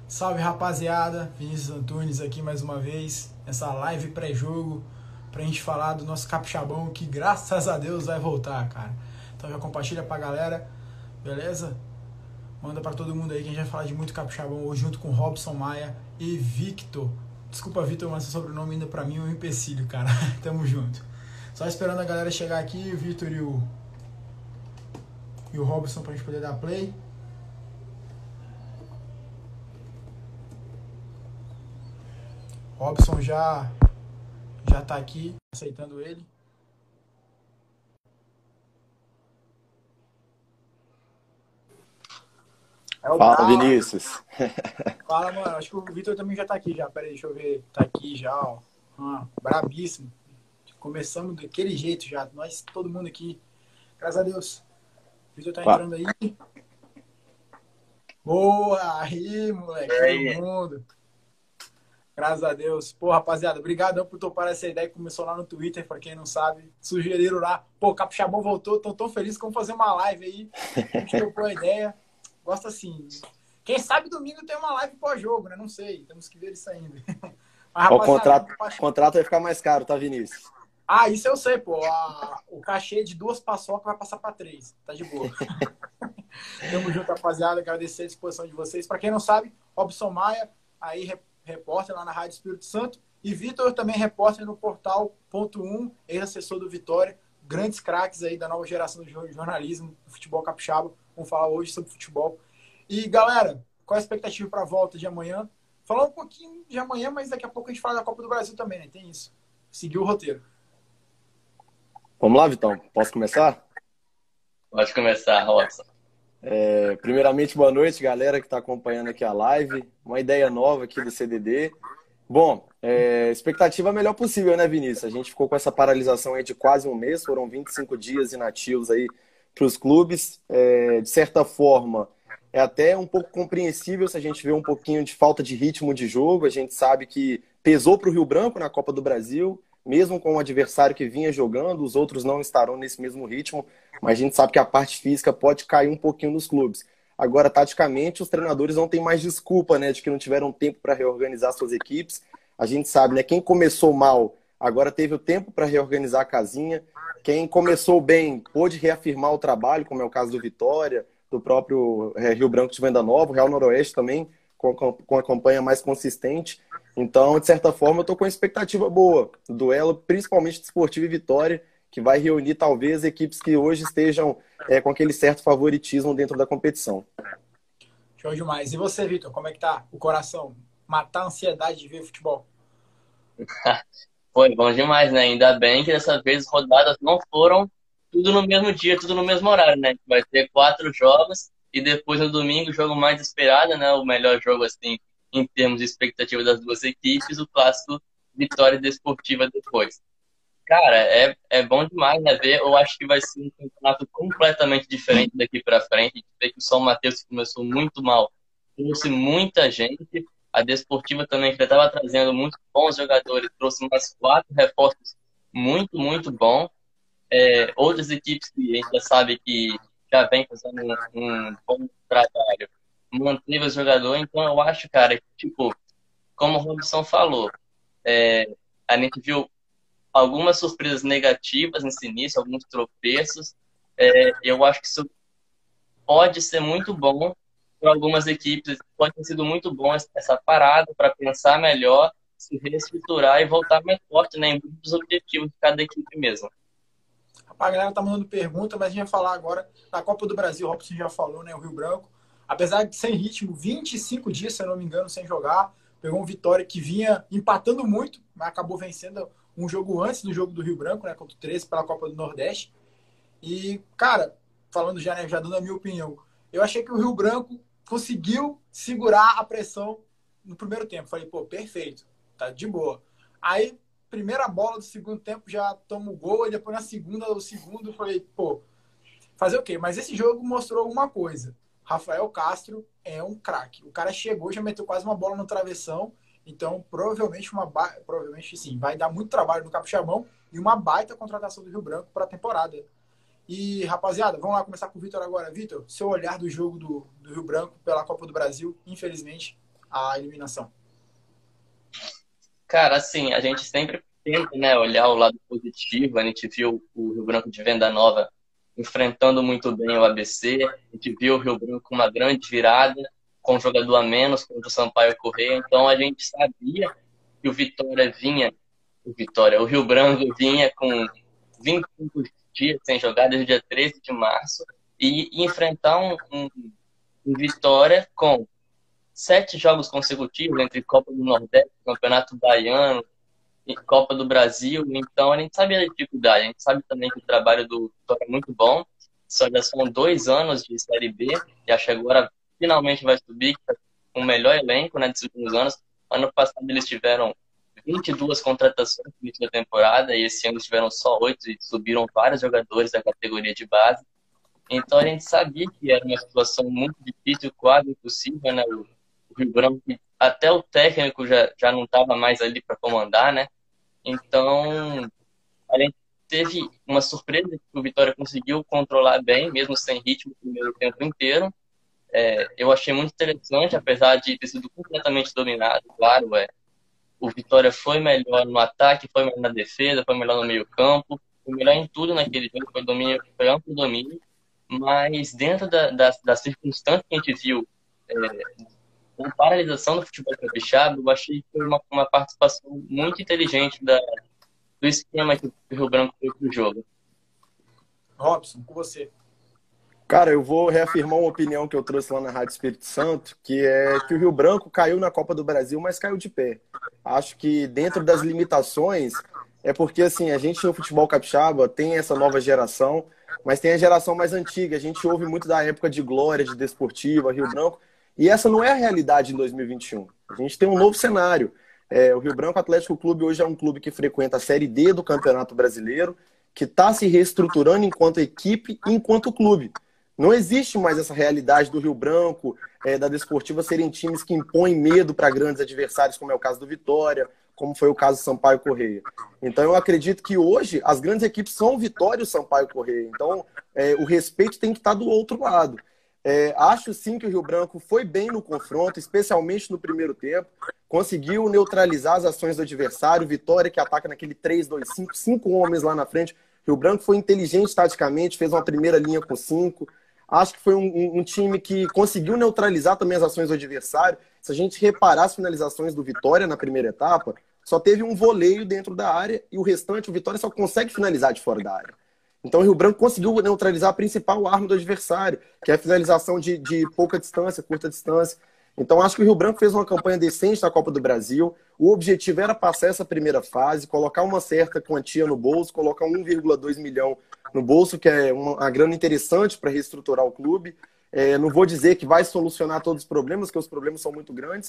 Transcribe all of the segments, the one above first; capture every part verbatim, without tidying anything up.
Salve, rapaziada, Vinícius Antunes aqui mais uma vez, nessa live pré-jogo, pra gente falar do nosso capixabão que graças a Deus vai voltar, cara. Então já compartilha pra galera, beleza? Manda pra todo mundo aí que a gente vai falar de muito capixabão hoje junto com Robson Maia e Victor. Desculpa, Victor, mas seu sobrenome ainda pra mim é um empecilho, cara. Tamo junto. Só esperando a galera chegar aqui, o Victor e o, e o Robson pra gente poder dar play. Robson já já tá aqui, aceitando ele. É o Fala, Brau. Vinícius. Fala, mano. Acho que o Vitor também já tá aqui já. Pera aí, deixa eu ver. Tá aqui já, ó. Ah, brabíssimo. Começamos daquele jeito já. Nós, todo mundo aqui. Graças a Deus. O Vitor tá Fa- entrando aí. Boa! Aí, moleque. E Todo aí, mundo. Graças a Deus. Pô, rapaziada, obrigadão por topar essa ideia que começou lá no Twitter, pra quem não sabe. Sugeriram lá. Pô, o Capixabão voltou. Tô tão feliz que vamos fazer uma live aí. A gente topou a ideia. Gosto assim. Quem sabe domingo tem uma live pós-jogo, né? Não sei. Temos que ver isso ainda. Mas, O rapaziada, contrato, vamos o partir. contrato vai ficar mais caro, tá, Vinícius? Ah, isso eu sei, pô. A- o cachê de duas paçocas vai passar para três. Tá de boa. Tamo junto, rapaziada. Agradecer a disposição de vocês. Para quem não sabe, Robson Maia, aí re- repórter lá na Rádio Espírito Santo. E Vitor também repórter no Portal Ponto um, ex-assessor do Vitória. Grandes craques aí da nova geração do jor- jornalismo, do futebol capixaba. Vamos falar hoje sobre futebol. E, galera, qual é a expectativa para a volta de amanhã? Falar um pouquinho de amanhã, mas daqui a pouco a gente fala da Copa do Brasil também, né? Tem isso. Seguir o roteiro. Vamos lá, Vitão. Posso começar? pode começar, Robson. É, primeiramente, boa noite, galera que está acompanhando aqui a live. Uma ideia nova aqui do C D D. Bom, é, expectativa a melhor possível, né, Vinícius? A gente ficou com essa paralisação aí de quase um mês, foram vinte e cinco dias inativos aí para os clubes. É, de certa forma, é até um pouco compreensível se a gente vê um pouquinho de falta de ritmo de jogo. A gente sabe que pesou para o Rio Branco na Copa do Brasil, mesmo com o adversário que vinha jogando, os outros não estarão nesse mesmo ritmo, mas a gente sabe que a parte física pode cair um pouquinho nos clubes. Agora, taticamente, os treinadores não têm mais desculpa, né, de que não tiveram tempo para reorganizar suas equipes. A gente sabe, né, quem começou mal, agora teve o tempo para reorganizar a casinha. Quem começou bem, pôde reafirmar o trabalho, como é o caso do Vitória, do próprio é, Rio Branco de Venda Nova, o Real Noroeste também, com, com a campanha mais consistente. Então, de certa forma, eu estou com uma expectativa boa do duelo, principalmente de Sportivo e Vitória, que vai reunir talvez equipes que hoje estejam é, com aquele certo favoritismo dentro da competição. Show demais. E você, Vitor, como é que tá o coração? Matar a ansiedade de ver futebol? Foi bom demais, né? Ainda bem que dessa vez as rodadas não foram tudo no mesmo dia, tudo no mesmo horário, né? Vai ter quatro jogos e depois no domingo o jogo mais esperado, né? O melhor jogo, assim, em termos de expectativa das duas equipes, o clássico Vitória e Desportiva depois. Cara, é, é bom demais, né? Ver, eu acho que vai ser um campeonato completamente diferente daqui pra frente. A gente vê que o São Mateus que começou muito mal, trouxe muita gente. A Desportiva também, que já estava trazendo muito bons jogadores, trouxe mais quatro reforços muito, muito bons. É, outras equipes que a gente já sabe que já vem fazendo um, um bom trabalho, manteve o jogador. Então, eu acho, cara, que, tipo, como o Robson falou, é, a gente viu algumas surpresas negativas nesse início, alguns tropeços. É, eu acho que isso pode ser muito bom para algumas equipes. Pode ter sido muito bom essa parada para pensar melhor, se reestruturar e voltar mais forte, né, em dos objetivos de cada equipe mesmo. Rapaz, a galera tá mandando pergunta, mas a gente vai falar agora da Copa do Brasil. O Robson já falou, né? O Rio Branco. Apesar de sem ritmo, vinte e cinco dias, se eu não me engano, sem jogar. Pegou um Vitória que vinha empatando muito, mas acabou vencendo um jogo antes do jogo do Rio Branco, né? Contra o treze pela Copa do Nordeste. E, cara, falando já, né, já dando a minha opinião, eu achei que o Rio Branco conseguiu segurar a pressão no primeiro tempo. Falei, pô, perfeito, tá de boa. Aí, primeira bola do segundo tempo já toma o gol, e depois na segunda, o segundo, falei, pô, fazer o quê? Mas esse jogo mostrou uma coisa. Rafael Castro é um craque. O cara chegou, já meteu quase uma bola no travessão, então provavelmente uma ba... provavelmente sim, vai dar muito trabalho no Capixabão e uma baita contratação do Rio Branco para a temporada. E, rapaziada, vamos lá começar com o Vitor agora. Vitor, seu olhar do jogo do, do Rio Branco pela Copa do Brasil, infelizmente, a eliminação? Cara, assim, a gente sempre tenta, né, olhar o lado positivo. A gente viu o Rio Branco de Venda Nova enfrentando muito bem o A B C. A gente viu o Rio Branco com uma grande virada, com um jogador a menos contra o Sampaio Corrêa. Então a gente sabia que o Vitória vinha, o Vitória, o Rio Branco vinha com vinte e cinco dias sem jogar, desde o dia treze de março, e, e enfrentar um, um, um Vitória com sete jogos consecutivos entre Copa do Nordeste, Campeonato Baiano e Copa do Brasil. Então a gente sabe a dificuldade, a gente sabe também que o trabalho do Vitória é muito bom. Só já são dois anos de Série B, e acho que agora finalmente vai subir com o melhor elenco, né, dos últimos anos. Ano passado eles tiveram vinte e duas contratações no início da temporada, e esse ano tiveram só oito e subiram vários jogadores da categoria de base. Então a gente sabia que era uma situação muito difícil, quase impossível, né? O, o Rio Branco, até o técnico já, já não estava mais ali para comandar, né? Então a gente teve uma surpresa que o Vitória conseguiu controlar bem, mesmo sem ritmo, o primeiro tempo inteiro. É, eu achei muito interessante, apesar de ter sido completamente dominado, claro, é. O Vitória foi melhor no ataque, foi melhor na defesa, foi melhor no meio campo, foi melhor em tudo naquele jogo, foi, domínio, foi amplo domínio, mas dentro da, das, das circunstâncias que a gente viu, é, com paralisação do futebol capixaba, eu achei que foi uma, uma participação muito inteligente da, do esquema que o Rio Branco fez pro jogo. Robson, com você. Cara, eu vou reafirmar uma opinião que eu trouxe lá na Rádio Espírito Santo, que é que o Rio Branco caiu na Copa do Brasil, mas caiu de pé. Acho que dentro das limitações, é porque assim, a gente no futebol capixaba tem essa nova geração, mas tem a geração mais antiga. A gente ouve muito da época de glória, de Desportiva, Rio Branco, e essa não é a realidade em dois mil e vinte e um. A gente tem um novo cenário. É, o Rio Branco Atlético Clube hoje é um clube que frequenta a Série D do Campeonato Brasileiro, que está se reestruturando enquanto equipe e enquanto clube. Não existe mais essa realidade do Rio Branco, é, da Desportiva, serem times que impõem medo para grandes adversários, como é o caso do Vitória, como foi o caso do Sampaio Corrêa. Então eu acredito que hoje as grandes equipes são o Vitória e o Sampaio Corrêa. Então é, o respeito tem que estar do outro lado. É, acho sim que o Rio Branco foi bem no confronto, especialmente no primeiro tempo. Conseguiu neutralizar as ações do adversário. Vitória que ataca naquele três dois cinco, cinco homens lá na frente. Rio Branco foi inteligente taticamente, fez uma primeira linha com cinco. Acho que foi um, um, um time que conseguiu neutralizar também as ações do adversário. Se a gente reparar as finalizações do Vitória na primeira etapa, só teve um voleio dentro da área e o restante, o Vitória só consegue finalizar de fora da área. Então o Rio Branco conseguiu neutralizar a principal arma do adversário, que é a finalização de, de pouca distância, curta distância. Então acho que o Rio Branco fez uma campanha decente na Copa do Brasil. O objetivo era passar essa primeira fase, colocar uma certa quantia no bolso, colocar um vírgula dois milhão no bolso, que é uma, uma grana interessante para reestruturar o clube. É, não vou dizer que vai solucionar todos os problemas, porque os problemas são muito grandes,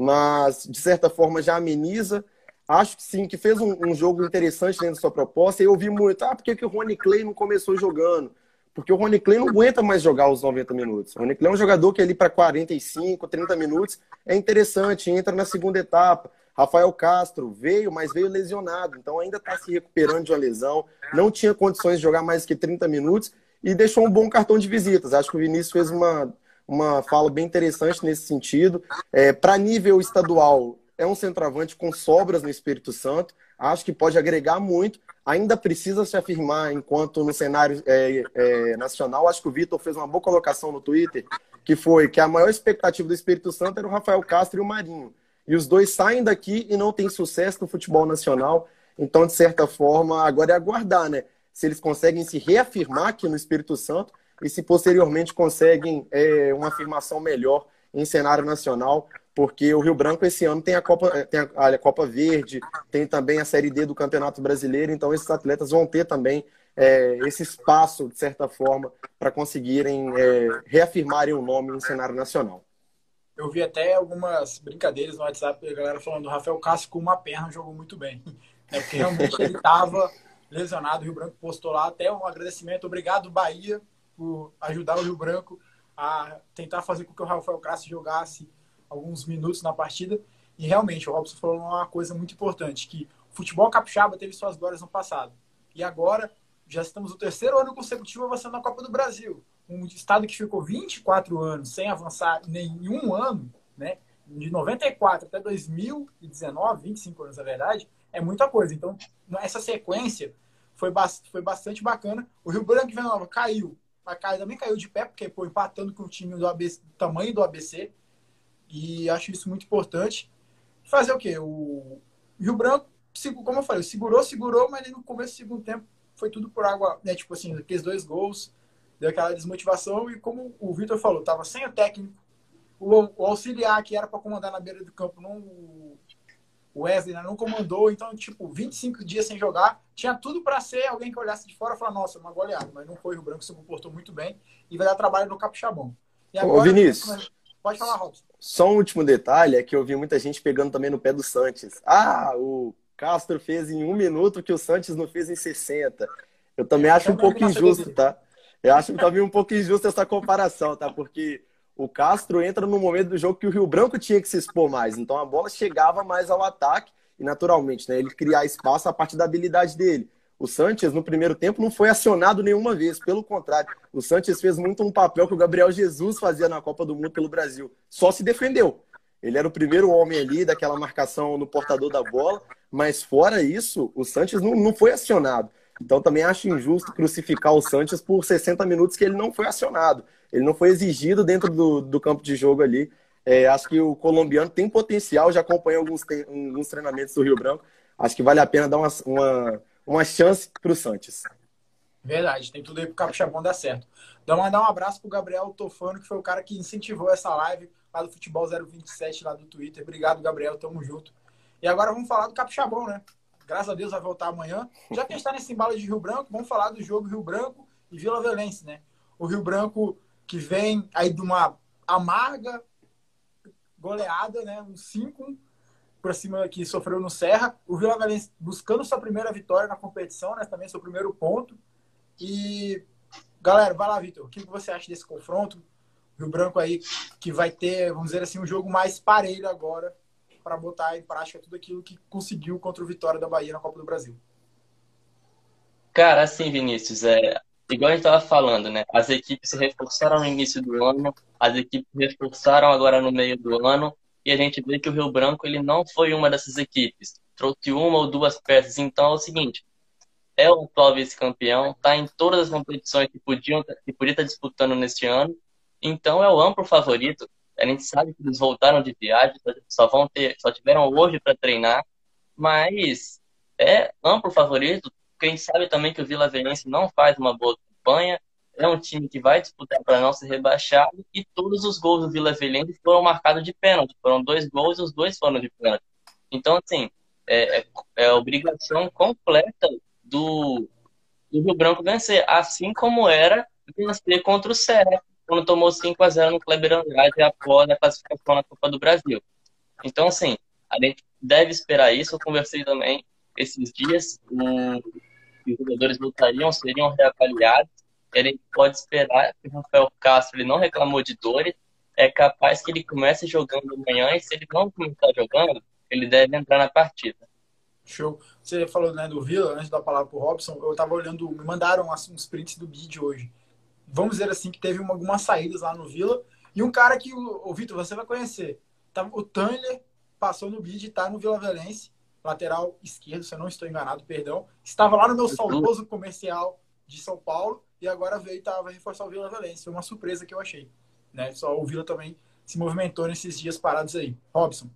mas de certa forma já ameniza. Acho que sim, que fez um, um jogo interessante dentro da sua proposta. E eu vi muito, ah, por que, que o Rony Clay não começou jogando? Porque o Rony Clay não aguenta mais jogar os noventa minutos. O Rony Clay é um jogador que ali para quarenta e cinco, trinta minutos é interessante, entra na segunda etapa. Rafael Castro veio, mas veio lesionado, então ainda está se recuperando de uma lesão, não tinha condições de jogar mais que trinta minutos e deixou um bom cartão de visitas. Acho que o Vinícius fez uma, uma fala bem interessante nesse sentido. É, para nível estadual, é um centroavante com sobras no Espírito Santo, acho que pode agregar muito, ainda precisa se afirmar enquanto no cenário é, é, nacional. Acho que o Vitor fez uma boa colocação no Twitter, que foi que a maior expectativa do Espírito Santo era o Rafael Castro e o Marinho. E os dois saem daqui e não têm sucesso no futebol nacional. Então, de certa forma, agora é aguardar, né? Se eles conseguem se reafirmar aqui no Espírito Santo e se posteriormente conseguem é, uma afirmação melhor em cenário nacional, porque o Rio Branco esse ano tem a Copa, tem a, a Copa Verde, tem também a Série D do Campeonato Brasileiro, então esses atletas vão ter também é, esse espaço, de certa forma, para conseguirem é, reafirmarem o nome em cenário nacional. Eu vi até algumas brincadeiras no WhatsApp, a galera falando do Rafael Castro com uma perna jogou muito bem. É porque realmente ele estava lesionado, o Rio Branco postou lá até um agradecimento. Obrigado, Bahia, por ajudar o Rio Branco a tentar fazer com que o Rafael Castro jogasse alguns minutos na partida. E realmente, o Robson falou uma coisa muito importante, que o futebol capixaba teve suas glórias no passado. E agora, já estamos no terceiro ano consecutivo avançando na Copa do Brasil. Um estado que ficou vinte e quatro anos sem avançar nenhum ano, né? de noventa e quatro até dois mil e dezenove, vinte e cinco anos, na verdade, é muita coisa. Então, essa sequência foi, ba foi bastante bacana. O Rio Branco de Venda Nova caiu, mas caiu, também caiu de pé, porque pô, empatando com o time do, A B C, do tamanho do A B C, e acho isso muito importante. Fazer o quê? O Rio Branco, como eu falei, segurou, segurou, mas no começo do segundo tempo foi tudo por água, né? Tipo assim, aqueles dois gols, deu aquela desmotivação, e como o Vitor falou, tava sem o técnico, o, o auxiliar que era para comandar na beira do campo, não, o Wesley, né, não comandou, então, tipo, vinte e cinco dias sem jogar, tinha tudo para ser alguém que olhasse de fora e falar, nossa, uma goleada, mas não foi. O Rio Branco se comportou muito bem e vai dar trabalho no Capixabão. E agora, Ô, Vinícius, pode falar, Robson. Só um último detalhe, é que eu vi muita gente pegando também no pé do Sanches. Ah, o Castro fez em um minuto o que o Sanches não fez em sessenta. Eu também acho um pouco injusto, tá? Eu acho também um pouco injusto essa comparação, tá? Porque o Castro entra no momento do jogo que o Rio Branco tinha que se expor mais. Então a bola chegava mais ao ataque e, naturalmente, né, ele criar espaço a partir da habilidade dele. O Sanches, no primeiro tempo, não foi acionado nenhuma vez. Pelo contrário, o Sanches fez muito um papel que o Gabriel Jesus fazia na Copa do Mundo pelo Brasil. Só se defendeu. Ele era o primeiro homem ali daquela marcação no portador da bola, mas fora isso, o Sanches não, não foi acionado. Então também acho injusto crucificar o Sanches por sessenta minutos que ele não foi acionado. Ele não foi exigido dentro do, do campo de jogo ali. É, acho que o colombiano tem potencial, já acompanhei alguns, alguns treinamentos do Rio Branco. Acho que vale a pena dar uma, uma, uma chance para o Sanches. Verdade, tem tudo aí pro Capixabão dar certo. Então, mandar um abraço pro Gabriel Tofano, que foi o cara que incentivou essa live lá do Futebol zero vinte e sete, lá do Twitter. Obrigado, Gabriel, tamo junto. E agora vamos falar do Capixabão, né? Graças a Deus vai voltar amanhã. Já que a gente tá nesse embalo de Rio Branco, vamos falar do jogo Rio Branco e Vila Velense, né? O Rio Branco que vem aí de uma amarga goleada, né? Um cinco para cima que sofreu no Serra. O Vila Velense buscando sua primeira vitória na competição, né? Também seu primeiro ponto. E, galera, vai lá, Vitor. O que você acha desse confronto? O Rio Branco aí que vai ter, vamos dizer assim, um jogo mais parelho agora para botar em prática tudo aquilo que conseguiu contra o Vitória da Bahia na Copa do Brasil. Cara, assim, Vinícius, é, igual a gente estava falando, né? As equipes se reforçaram no início do ano, as equipes se reforçaram agora no meio do ano, e a gente vê que o Rio Branco ele não foi uma dessas equipes. Trouxe uma ou duas peças. Então é o seguinte, é o atual vice-campeão, está em todas as competições que, podiam, que podia estar disputando neste ano, então é o amplo favorito. A gente sabe que eles voltaram de viagem, só, vão ter, só tiveram hoje para treinar, mas é amplo favorito, porque a gente sabe também que o Vila Velense não faz uma boa campanha, é um time que vai disputar para não ser rebaixado, e todos os gols do Vila Velense foram marcados de pênalti, foram dois gols e os dois foram de pênalti. Então, assim, é, é, é obrigação completa do, do Rio Branco vencer, assim como era vencer contra o Serra, quando tomou cinco a zero no Kleber Andrade após a classificação na Copa do Brasil. Então, assim, a gente deve esperar isso. Eu conversei também esses dias, o, os jogadores voltariam, seriam reavaliados, e a gente pode esperar que o Rafael Castro ele não reclamou de dores, é capaz que ele comece jogando amanhã, e se ele não começar jogando, ele deve entrar na partida. Show. Você falou, né, do Vila, antes da palavra pro Robson, eu tava olhando, me mandaram uns prints do bid hoje. Vamos dizer assim, que teve uma, algumas saídas lá no Vila, e um cara que, o, o Vitor, você vai conhecer, tá, o Tanler passou no bid e tá no Vila Velense, lateral esquerdo, se eu não estou enganado, perdão, estava lá no meu saudoso comercial de São Paulo, e agora veio e tava reforçar o Vila Velense, foi uma surpresa que eu achei, né, só o Vila também se movimentou nesses dias parados aí. Robson.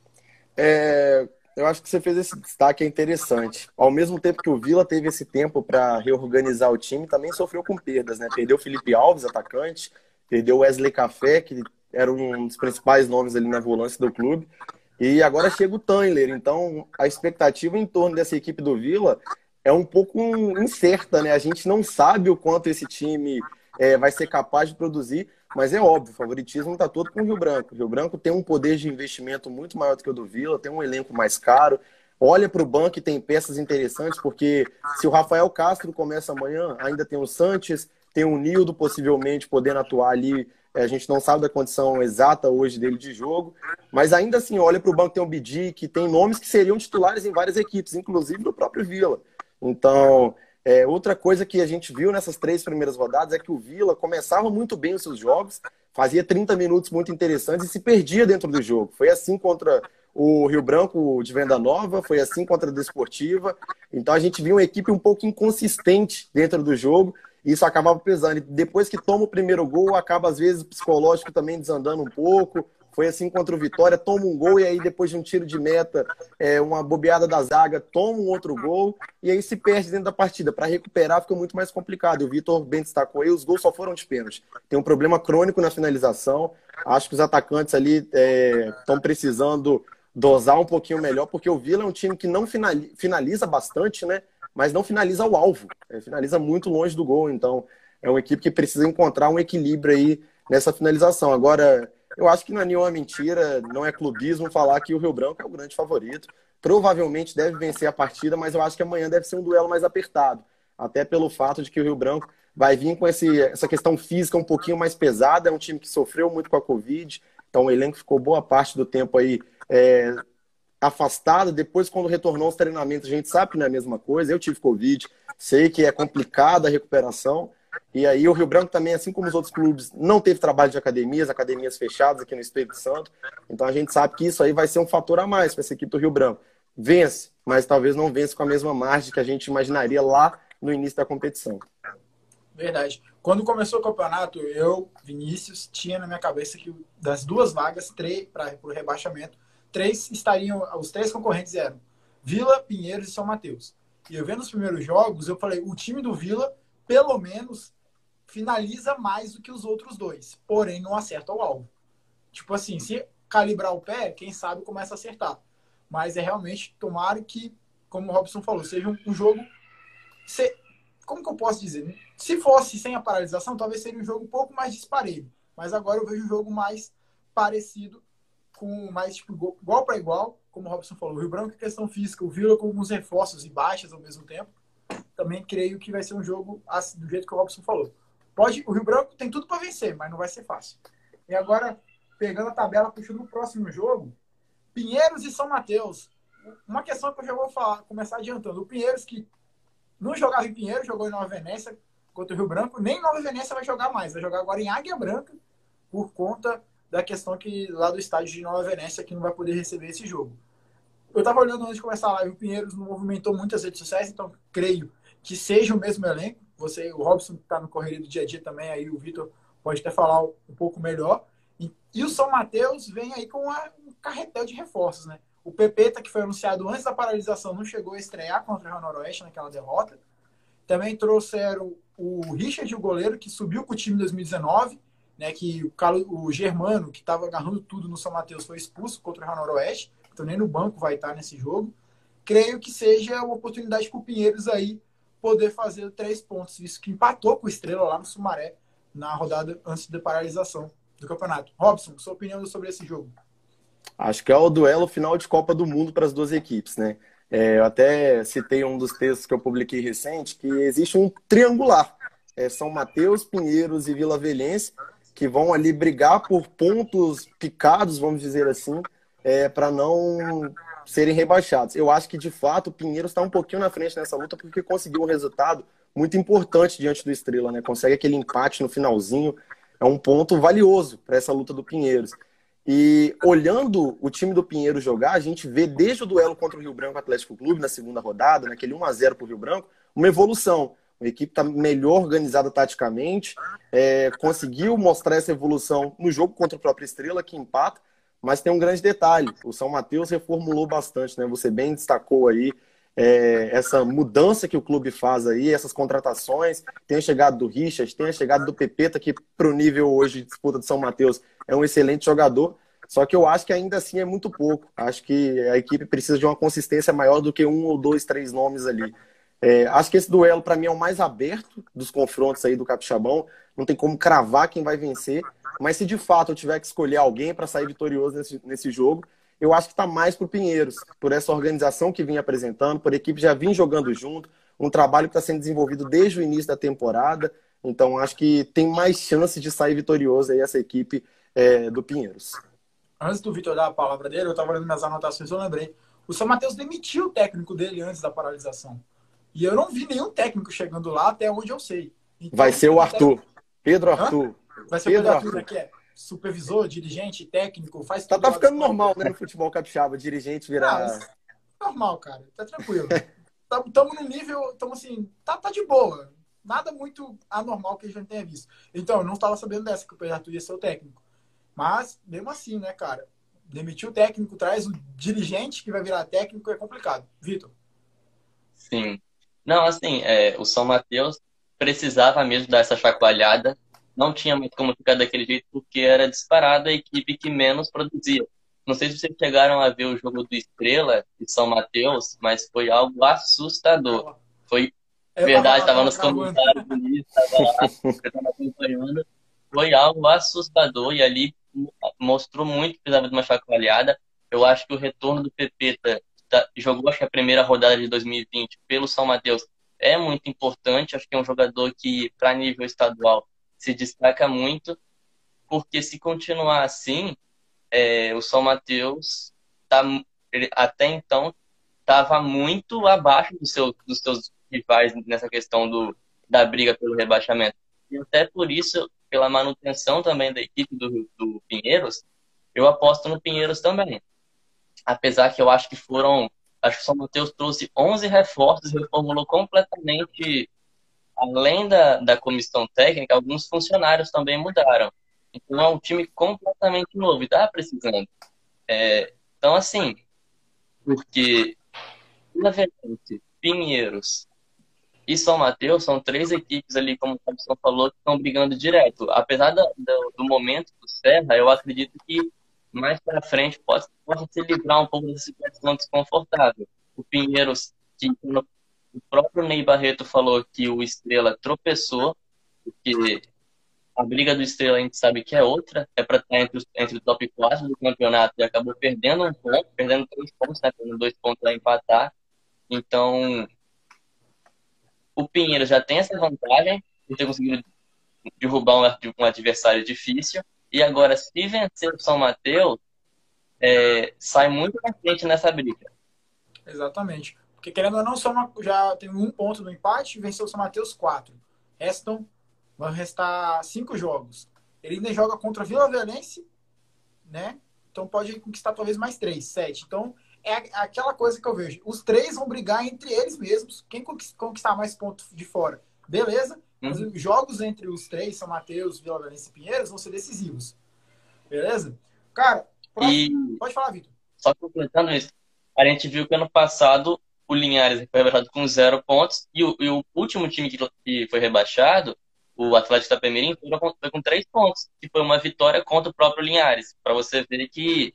É... Eu acho que você fez esse destaque, é interessante. Ao mesmo tempo que o Vila teve esse tempo para reorganizar o time, também sofreu com perdas, né? Perdeu o Felipe Alves, atacante, perdeu o Wesley Café, que era um dos principais nomes ali na volância do clube, e agora chega o Tanler. Então, a expectativa em torno dessa equipe do Vila é um pouco incerta, né? A gente não sabe o quanto esse time é, vai ser capaz de produzir, mas é óbvio, o favoritismo está todo com o Rio Branco. O Rio Branco tem um poder de investimento muito maior do que o do Vila, tem um elenco mais caro, olha para o banco e tem peças interessantes, porque se o Rafael Castro começa amanhã, ainda tem o Sanches, tem o Nildo possivelmente podendo atuar ali, a gente não sabe da condição exata hoje dele de jogo, mas ainda assim, olha para o banco, tem o Bidi, que tem nomes que seriam titulares em várias equipes, inclusive do próprio Vila. Então, É, outra coisa que a gente viu nessas três primeiras rodadas é que o Vila começava muito bem os seus jogos, fazia trinta minutos muito interessantes e se perdia dentro do jogo. Foi assim contra o Rio Branco de Venda Nova, foi assim contra a Desportiva. Então a gente viu uma equipe um pouco inconsistente dentro do jogo e isso acabava pesando. E depois que toma o primeiro gol, acaba às vezes o psicológico também desandando um pouco. Foi assim contra o Vitória, toma um gol e aí depois de um tiro de meta, é, uma bobeada da zaga, toma um outro gol e aí se perde dentro da partida. Para recuperar fica muito mais complicado. O Vitor bem destacou aí, os gols só foram de pênalti. Tem um problema crônico na finalização. Acho que os atacantes ali estão é, precisando dosar um pouquinho melhor, porque o Vila é um time que não finaliza, finaliza bastante, né? Mas não finaliza o alvo. É, finaliza muito longe do gol. Então é uma equipe que precisa encontrar um equilíbrio aí nessa finalização. Agora... eu acho que não é nenhuma mentira, não é clubismo falar que o Rio Branco é o grande favorito. Provavelmente deve vencer a partida, mas eu acho que amanhã deve ser um duelo mais apertado. Até pelo fato de que o Rio Branco vai vir com esse, essa questão física um pouquinho mais pesada. É um time que sofreu muito com a Covid, então o elenco ficou boa parte do tempo aí é, afastado. Depois, quando retornou aos treinamentos, a gente sabe que não é a mesma coisa. Eu tive Covid, sei que é complicada a recuperação. E aí o Rio Branco também, assim como os outros clubes, não teve trabalho de academias, academias fechadas aqui no Espírito Santo. Então a gente sabe que isso aí vai ser um fator a mais para essa equipe do Rio Branco. Vence, mas talvez não vence com a mesma margem que a gente imaginaria lá no início da competição. Verdade. Quando começou o campeonato, eu, Vinícius, tinha na minha cabeça que das duas vagas, três para o rebaixamento, três estariam, os três concorrentes eram Vila, Pinheiros e São Mateus. E eu vendo os primeiros jogos, eu falei, o time do Vila pelo menos finaliza mais do que os outros dois, porém não acerta o alvo. Tipo assim, se calibrar o pé, quem sabe começa a acertar. Mas é realmente, tomara que, como o Robson falou, seja um, um jogo... Se, como que eu posso dizer? Se fosse sem a paralisação, talvez seria um jogo um pouco mais disparelho. Mas agora eu vejo um jogo mais parecido, com mais tipo, igual para igual, como o Robson falou. O Rio Branco é questão física, o Vila com alguns reforços e baixas ao mesmo tempo. Também creio que vai ser um jogo assim, do jeito que o Robson falou. Pode, o Rio Branco tem tudo para vencer, mas não vai ser fácil. E agora, pegando a tabela, puxando o próximo jogo, Pinheiros e São Mateus. Uma questão que eu já vou falar, começar adiantando. O Pinheiros, que não jogava em Pinheiros, jogou em Nova Venécia contra o Rio Branco, nem em Nova Venécia vai jogar mais, vai jogar agora em Águia Branca, por conta da questão que lá do estádio de Nova Venécia que não vai poder receber esse jogo. Eu estava olhando antes de começar a live, o Pinheiros não movimentou muitas redes sociais, então creio que seja o mesmo elenco. Você, o Robson está no correria do dia a dia também, aí o Vitor pode até falar um pouco melhor. E, e o São Mateus vem aí com uma, um carretel de reforços, né? O Pepeta, que foi anunciado antes da paralisação, não chegou a estrear contra o Rio Noroeste naquela derrota. Também trouxeram o Richard, o goleiro, que subiu com o time em dois mil e dezenove, né? Que o, Carlos, o Germano, que estava agarrando tudo no São Mateus, foi expulso contra o Rio Noroeste. Então nem no banco vai estar nesse jogo. Creio que seja uma oportunidade para o Pinheiros aí poder fazer três pontos, visto que empatou com o Estrela lá no Sumaré na rodada antes da paralisação do campeonato. Robson, sua opinião sobre esse jogo? Acho que é o duelo final de Copa do Mundo para as duas equipes, né? É, eu até citei um dos textos que eu publiquei recente, que existe um triangular. É, São Mateus, Pinheiros e Vila Velhense, que vão ali brigar por pontos picados, vamos dizer assim, é, para não serem rebaixados. Eu acho que, de fato, o Pinheiros está um pouquinho na frente nessa luta porque conseguiu um resultado muito importante diante do Estrela, né? Consegue aquele empate no finalzinho. É um ponto valioso para essa luta do Pinheiros. E olhando o time do Pinheiro jogar, a gente vê desde o duelo contra o Rio Branco Atlético Clube, na segunda rodada, naquele um a zero para o Rio Branco, uma evolução. A equipe está melhor organizada taticamente, é, conseguiu mostrar essa evolução no jogo contra o próprio Estrela, que empata, mas tem um grande detalhe, o São Mateus reformulou bastante, né? Você bem destacou aí é, essa mudança que o clube faz aí, essas contratações, tem a chegada do Richard, tem a chegada do Pepeta, que para o nível hoje de disputa de São Mateus é um excelente jogador, só que eu acho que ainda assim é muito pouco. Acho que a equipe precisa de uma consistência maior do que um ou dois, três nomes ali. É, acho que esse duelo, para mim, é o mais aberto dos confrontos aí do Capixabão. Não tem como cravar quem vai vencer, mas se de fato eu tiver que escolher alguém para sair vitorioso nesse, nesse jogo, eu acho que está mais para o Pinheiros, por essa organização que vinha apresentando, por a equipe já vir jogando junto, um trabalho que está sendo desenvolvido desde o início da temporada. Então acho que tem mais chance de sair vitorioso aí essa equipe é, do Pinheiros. Antes do Vitor dar a palavra dele, eu estava olhando minhas anotações, eu lembrei. O São Mateus demitiu o técnico dele antes da paralisação. E eu não vi nenhum técnico chegando lá até onde eu sei. Então, vai ser o Arthur. Pedro Arthur. Hã? Vai ser Pedro o Pedro Arthur, Arthur. né, que é supervisor, dirigente, técnico, faz Tá, tudo tá lá do ficando esporte. normal, né, no futebol capixaba, dirigente Ah, virar... mas normal, cara. Tá tranquilo. Estamos no nível, estamos assim, tá, tá de boa. Nada muito anormal que a gente tenha visto. Então, eu não estava sabendo dessa, que o Pedro Arthur ia ser o técnico. Mas, mesmo assim, né, cara? Demitir o técnico, traz o dirigente que vai virar técnico, é complicado. Vitor? Sim. Não, assim, é, o São Mateus precisava mesmo dar essa chacoalhada. Não tinha mais como ficar daquele jeito, porque era disparada a equipe que menos produzia. Não sei se vocês chegaram a ver o jogo do Estrela de São Mateus, mas foi algo assustador. Foi Eu tava verdade, lá, estava tava nos gravando. comentários ali, estava lá, eu estava acompanhando. Foi algo assustador e ali mostrou muito que precisava de uma chacoalhada. Eu acho que o retorno do Pepeta tá- jogou, acho que a primeira rodada de dois mil e vinte pelo São Mateus é muito importante. Acho que é um jogador que, para nível estadual, se destaca muito, porque se continuar assim, é, o São Mateus tá, ele, até então estava muito abaixo do seu, dos seus rivais nessa questão do, da briga pelo rebaixamento. E até por isso, pela manutenção também da equipe do, do Pinheiros, eu aposto no Pinheiros também. Apesar que eu acho que foram, acho que o São Mateus trouxe onze reforços, reformulou completamente, além da, da comissão técnica, alguns funcionários também mudaram. Então é um time completamente novo e tá precisando. É, então, assim, porque, na verdade, Pinheiros e São Mateus são três equipes ali, como o Robson falou, que estão brigando direto. Apesar da- do, do momento do Serra, eu acredito que mais para frente pode, pode se livrar um pouco dessa situação desconfortável. O Pinheiros, que quando o próprio Ney Barreto falou que o Estrela tropeçou, porque a briga do Estrela a gente sabe que é outra, é para estar entre, os- entre o top quatro do campeonato e acabou perdendo um ponto, perdendo três pontos, né, tendo dois pontos a empatar. Então, o Pinheiro já tem essa vantagem de ter conseguido derrubar um, um adversário difícil. E agora, se vencer o São Mateus, é, sai muito na frente nessa briga. Exatamente. Porque querendo ou não, só uma, já tem um ponto no empate, venceu o São Mateus quatro. Restam, vão restar cinco jogos. Ele ainda joga contra a Vila Velhense, né? Então pode conquistar talvez mais três, sete. Então é aquela coisa que eu vejo. Os três vão brigar entre eles mesmos. Quem conquistar mais pontos de fora, beleza. Mas Uhum. os jogos entre os três, São Mateus, Vila Velhense e Pinheiros, vão ser decisivos. Beleza? Cara, E próximo. Pode falar, Vitor. só completando isso, a gente viu que ano passado o Linhares foi rebaixado com zero pontos e o, e o último time que, que foi rebaixado, o Atlético Itapemirim, foi com, foi com três pontos, que foi uma vitória contra o próprio Linhares. Para você ver que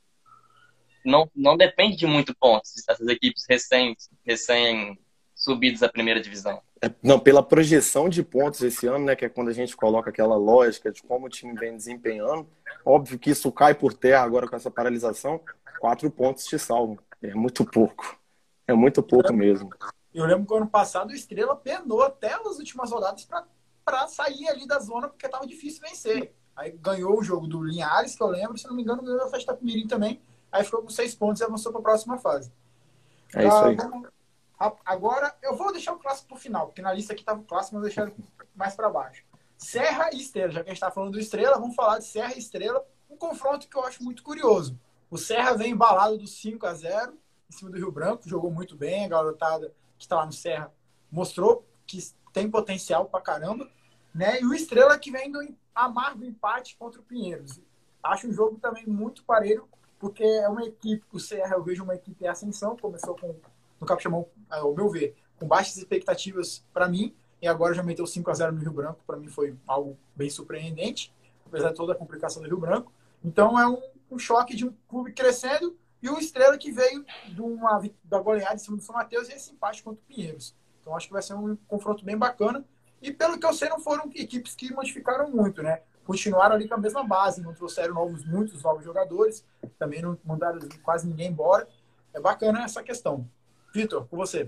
não, não depende de muito pontos essas equipes recém, recém subidas à primeira divisão. É, não, pela projeção de pontos esse ano, né, que é quando a gente coloca aquela lógica de como o time vem desempenhando, óbvio que isso cai por terra agora com essa paralisação, quatro pontos te salvam. É muito pouco. É muito pouco mesmo. Eu lembro que ano passado o Estrela penou até as últimas rodadas para sair ali da zona, porque estava difícil vencer. Aí ganhou o jogo do Linhares, que eu lembro, se não me engano, ganhou a Festa Mirim também. Aí ficou com seis pontos e avançou para a próxima fase. É isso aí. Ah, vamos... Agora, eu vou deixar o clássico para o final, porque na lista aqui estava o clássico, mas vou deixar mais para baixo. Serra e Estrela, já que a gente está falando do Estrela, vamos falar de Serra e Estrela, um confronto que eu acho muito curioso. O Serra vem embalado do cinco a zero em cima do Rio Branco, jogou muito bem, a garotada que está lá no Serra mostrou que tem potencial pra caramba, né? E o Estrela que vem do amargo empate contra o Pinheiros. Acho um jogo também muito parelho, porque é uma equipe, o Serra eu vejo uma equipe em ascensão, começou com, no Capixabão, ao meu ver, com baixas expectativas para mim, e agora já meteu cinco a zero no Rio Branco, para mim foi algo bem surpreendente, apesar de toda a complicação do Rio Branco. Então é um, um choque de um clube crescendo e o Estrela que veio de uma, da goleada em cima do São Mateus e esse empate contra o Pinheiros. Então acho que vai ser um confronto bem bacana. E pelo que eu sei, não foram equipes que modificaram muito, né? Continuaram ali com a mesma base, não trouxeram novos, muitos novos jogadores, também não mandaram quase ninguém embora. É bacana essa questão. Vitor, com você.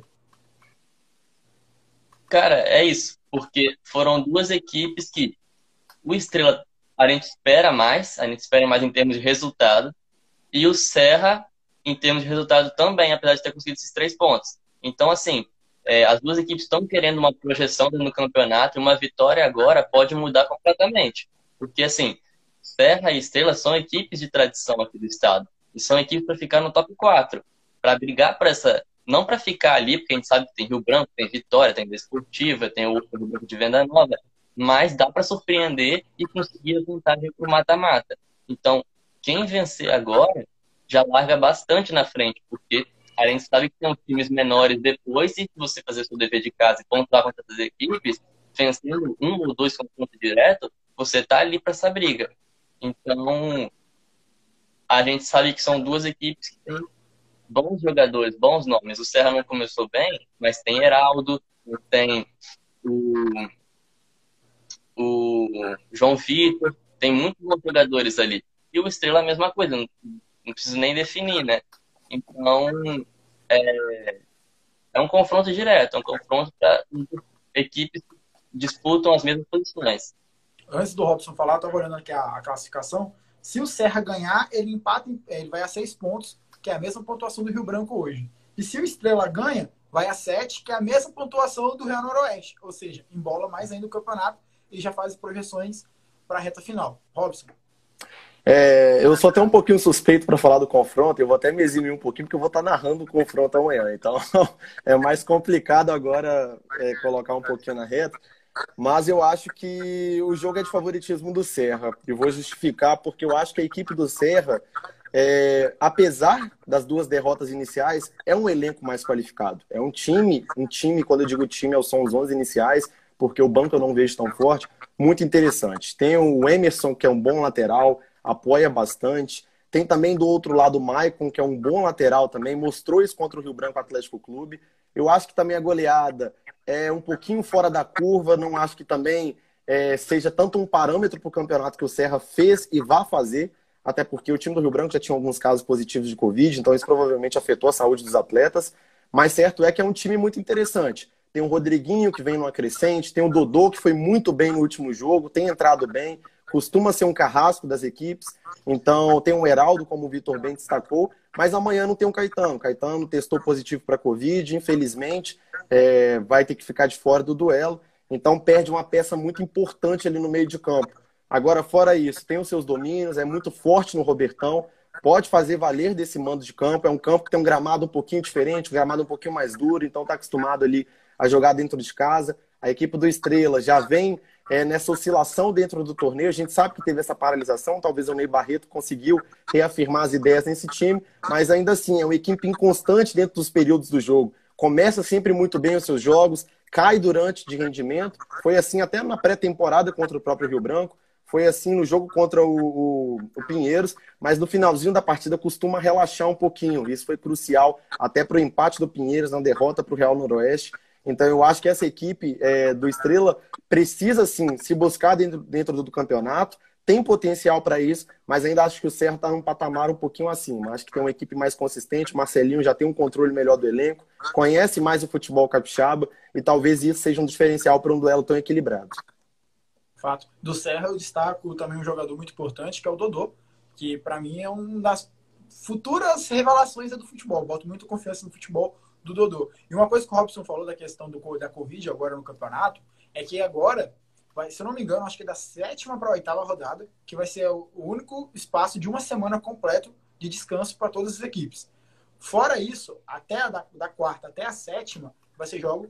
Cara, é isso, porque foram duas equipes que o Estrela a gente espera mais, a gente espera mais em termos de resultado, e o Serra em termos de resultado também, apesar de ter conseguido esses três pontos. Então, assim, É, as duas equipes estão querendo uma projeção no campeonato e uma vitória agora pode mudar completamente. Porque, assim, Serra e Estrela são equipes de tradição aqui do estado. E são equipes para ficar no top quatro. Para brigar para essa... Não para ficar ali, porque a gente sabe que tem Rio Branco, tem Vitória, tem Desportiva, tem o Rio Branco de Venda Nova. Mas dá para surpreender e conseguir tentar ir para o mata-mata. Então, quem vencer agora já larga bastante na frente, porque a gente sabe que tem times menores depois, e se você fazer seu dever de casa e pontuar contra essas equipes, vencendo um ou dois confrontos direto, você tá ali para essa briga. Então, a gente sabe que são duas equipes que têm bons jogadores, bons nomes. O Serra não começou bem, mas tem Heraldo, tem o, o João Vitor, tem muitos bons jogadores ali. E o Estrela a mesma coisa, não, não preciso nem definir, né? Então, é, é um confronto direto, é um confronto para equipes que disputam as mesmas posições. Antes do Robson falar, eu estava olhando aqui a, a classificação. Se o Serra ganhar, ele empata, ele vai a seis pontos, que é a mesma pontuação do Rio Branco hoje. E se o Estrela ganha, vai a sete, que é a mesma pontuação do Real Noroeste. Ou seja, embola mais ainda o campeonato e já faz projeções para a reta final. Robson. É, eu sou até um pouquinho suspeito para falar do confronto, eu vou até me eximir um pouquinho, porque eu vou estar narrando o confronto amanhã. Então, é mais complicado agora é, colocar um pouquinho na reta. Mas eu acho que o jogo é de favoritismo do Serra. Eu vou justificar porque eu acho que a equipe do Serra, é, apesar das duas derrotas iniciais, é um elenco mais qualificado. É um time, um time, quando eu digo time, são os onze iniciais, porque o banco eu não vejo tão forte, muito interessante. Tem o Emerson, que é um bom lateral, apoia bastante. Tem também do outro lado o Maicon, que é um bom lateral também, mostrou isso contra o Rio Branco Atlético Clube. Eu acho que também a goleada é um pouquinho fora da curva, não acho que também é, seja tanto um parâmetro para o campeonato que o Serra fez e vai fazer, até porque o time do Rio Branco já tinha alguns casos positivos de Covid, então isso provavelmente afetou a saúde dos atletas, mas certo é que é um time muito interessante. Tem o Rodriguinho, que vem numa crescente, tem o Dodô, que foi muito bem no último jogo, tem entrado bem, costuma ser um carrasco das equipes, então tem o Heraldo, como o Vitor bem destacou, mas amanhã não tem o Caetano. O Caetano testou positivo para Covid, infelizmente, é, vai ter que ficar de fora do duelo, então perde uma peça muito importante ali no meio de campo. Agora, fora isso, tem os seus domínios, é muito forte no Robertão, pode fazer valer desse mando de campo, é um campo que tem um gramado um pouquinho diferente, um gramado um pouquinho mais duro, então está acostumado ali a jogar dentro de casa. A equipe do Estrela já vem é, nessa oscilação dentro do torneio. A gente sabe que teve essa paralisação, talvez o Ney Barreto conseguiu reafirmar as ideias nesse time, mas ainda assim é uma equipe inconstante dentro dos períodos do jogo. Começa sempre muito bem os seus jogos, cai durante de rendimento. Foi assim até na pré-temporada contra o próprio Rio Branco, foi assim no jogo contra o, o, o Pinheiros, mas no finalzinho da partida costuma relaxar um pouquinho. Isso foi crucial até para o empate do Pinheiros na derrota para o Real Noroeste. Então eu acho que essa equipe é, do Estrela precisa sim se buscar dentro, dentro do campeonato, tem potencial para isso, mas ainda acho que o Serra está num patamar um pouquinho acima. Acho que tem uma equipe mais consistente, o Marcelinho já tem um controle melhor do elenco, conhece mais o futebol capixaba e talvez isso seja um diferencial para um duelo tão equilibrado. Fato. Do Serra eu destaco também um jogador muito importante, que é o Dodô, que para mim é uma das futuras revelações do futebol. Eu boto muita confiança no futebol do Dodô. E uma coisa que o Robson falou da questão do, da Covid agora no campeonato, é que agora, vai, se eu não me engano, acho que é da sétima para a oitava rodada, que vai ser o único espaço de uma semana completo de descanso para todas as equipes. Fora isso, até a da, da quarta até a sétima, vai ser jogo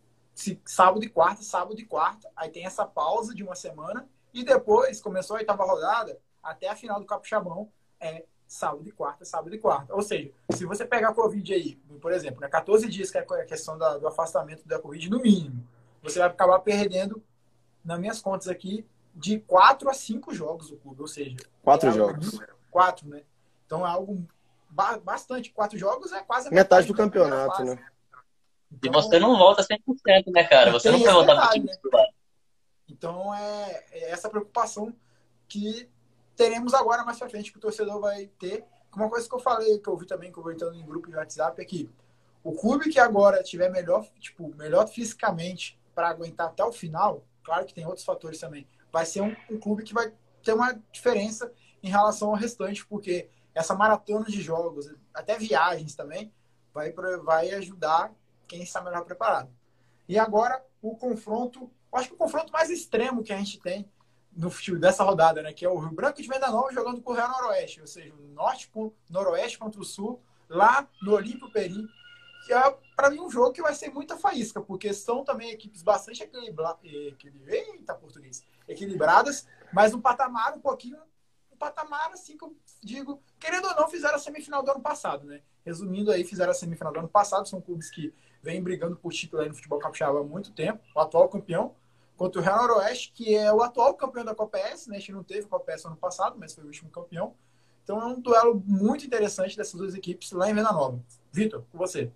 sábado e quarta, sábado e quarta, aí tem essa pausa de uma semana, e depois, começou a oitava rodada, até a final do Capixabão, é sábado e quarta, sábado e quarta. Ou seja, se você pegar a Covid aí, por exemplo, né, quatorze dias, que é a questão da, do afastamento da Covid, no mínimo, você vai acabar perdendo, nas minhas contas aqui, de quatro a cinco jogos o clube, ou seja... Quatro é jogos. Muito, quatro, né? Então é algo ba bastante. Quatro jogos é quase a metade, metade do campeonato, né? Então, e você não volta cem por cento, né, cara? Você não vai voltar para o time titular. Então, é, é essa preocupação que teremos agora mais pra frente, que o torcedor vai ter. Uma coisa que eu falei, que eu vi também, conversando em grupo de WhatsApp, é que o clube que agora tiver melhor, tipo, melhor fisicamente para aguentar até o final, claro que tem outros fatores também, vai ser um, um clube que vai ter uma diferença em relação ao restante, porque essa maratona de jogos, até viagens também, vai, vai ajudar quem está melhor preparado. E agora, o confronto, acho que o confronto mais extremo que a gente tem no futebol dessa rodada, né? Que é o Rio Branco de Venda Nova jogando com o Real Noroeste, ou seja, o norte com noroeste contra o sul, lá no Olímpio Perim, que é, para mim, um jogo que vai ser muita faísca, porque são também equipes bastante equilibra... Equilib... Eita, português. equilibradas, mas um patamar um pouquinho, um patamar assim que eu digo, querendo ou não, fizeram a semifinal do ano passado, né? Resumindo aí, fizeram a semifinal do ano passado, são clubes que vêm brigando por título aí no futebol capixaba há muito tempo, o atual campeão, contra o Real Noroeste, que é o atual campeão da Copa S, né? A gente não teve Copa S ano passado, mas foi o último campeão. Então é um duelo muito interessante dessas duas equipes lá em Venda Nova. Vitor, com você.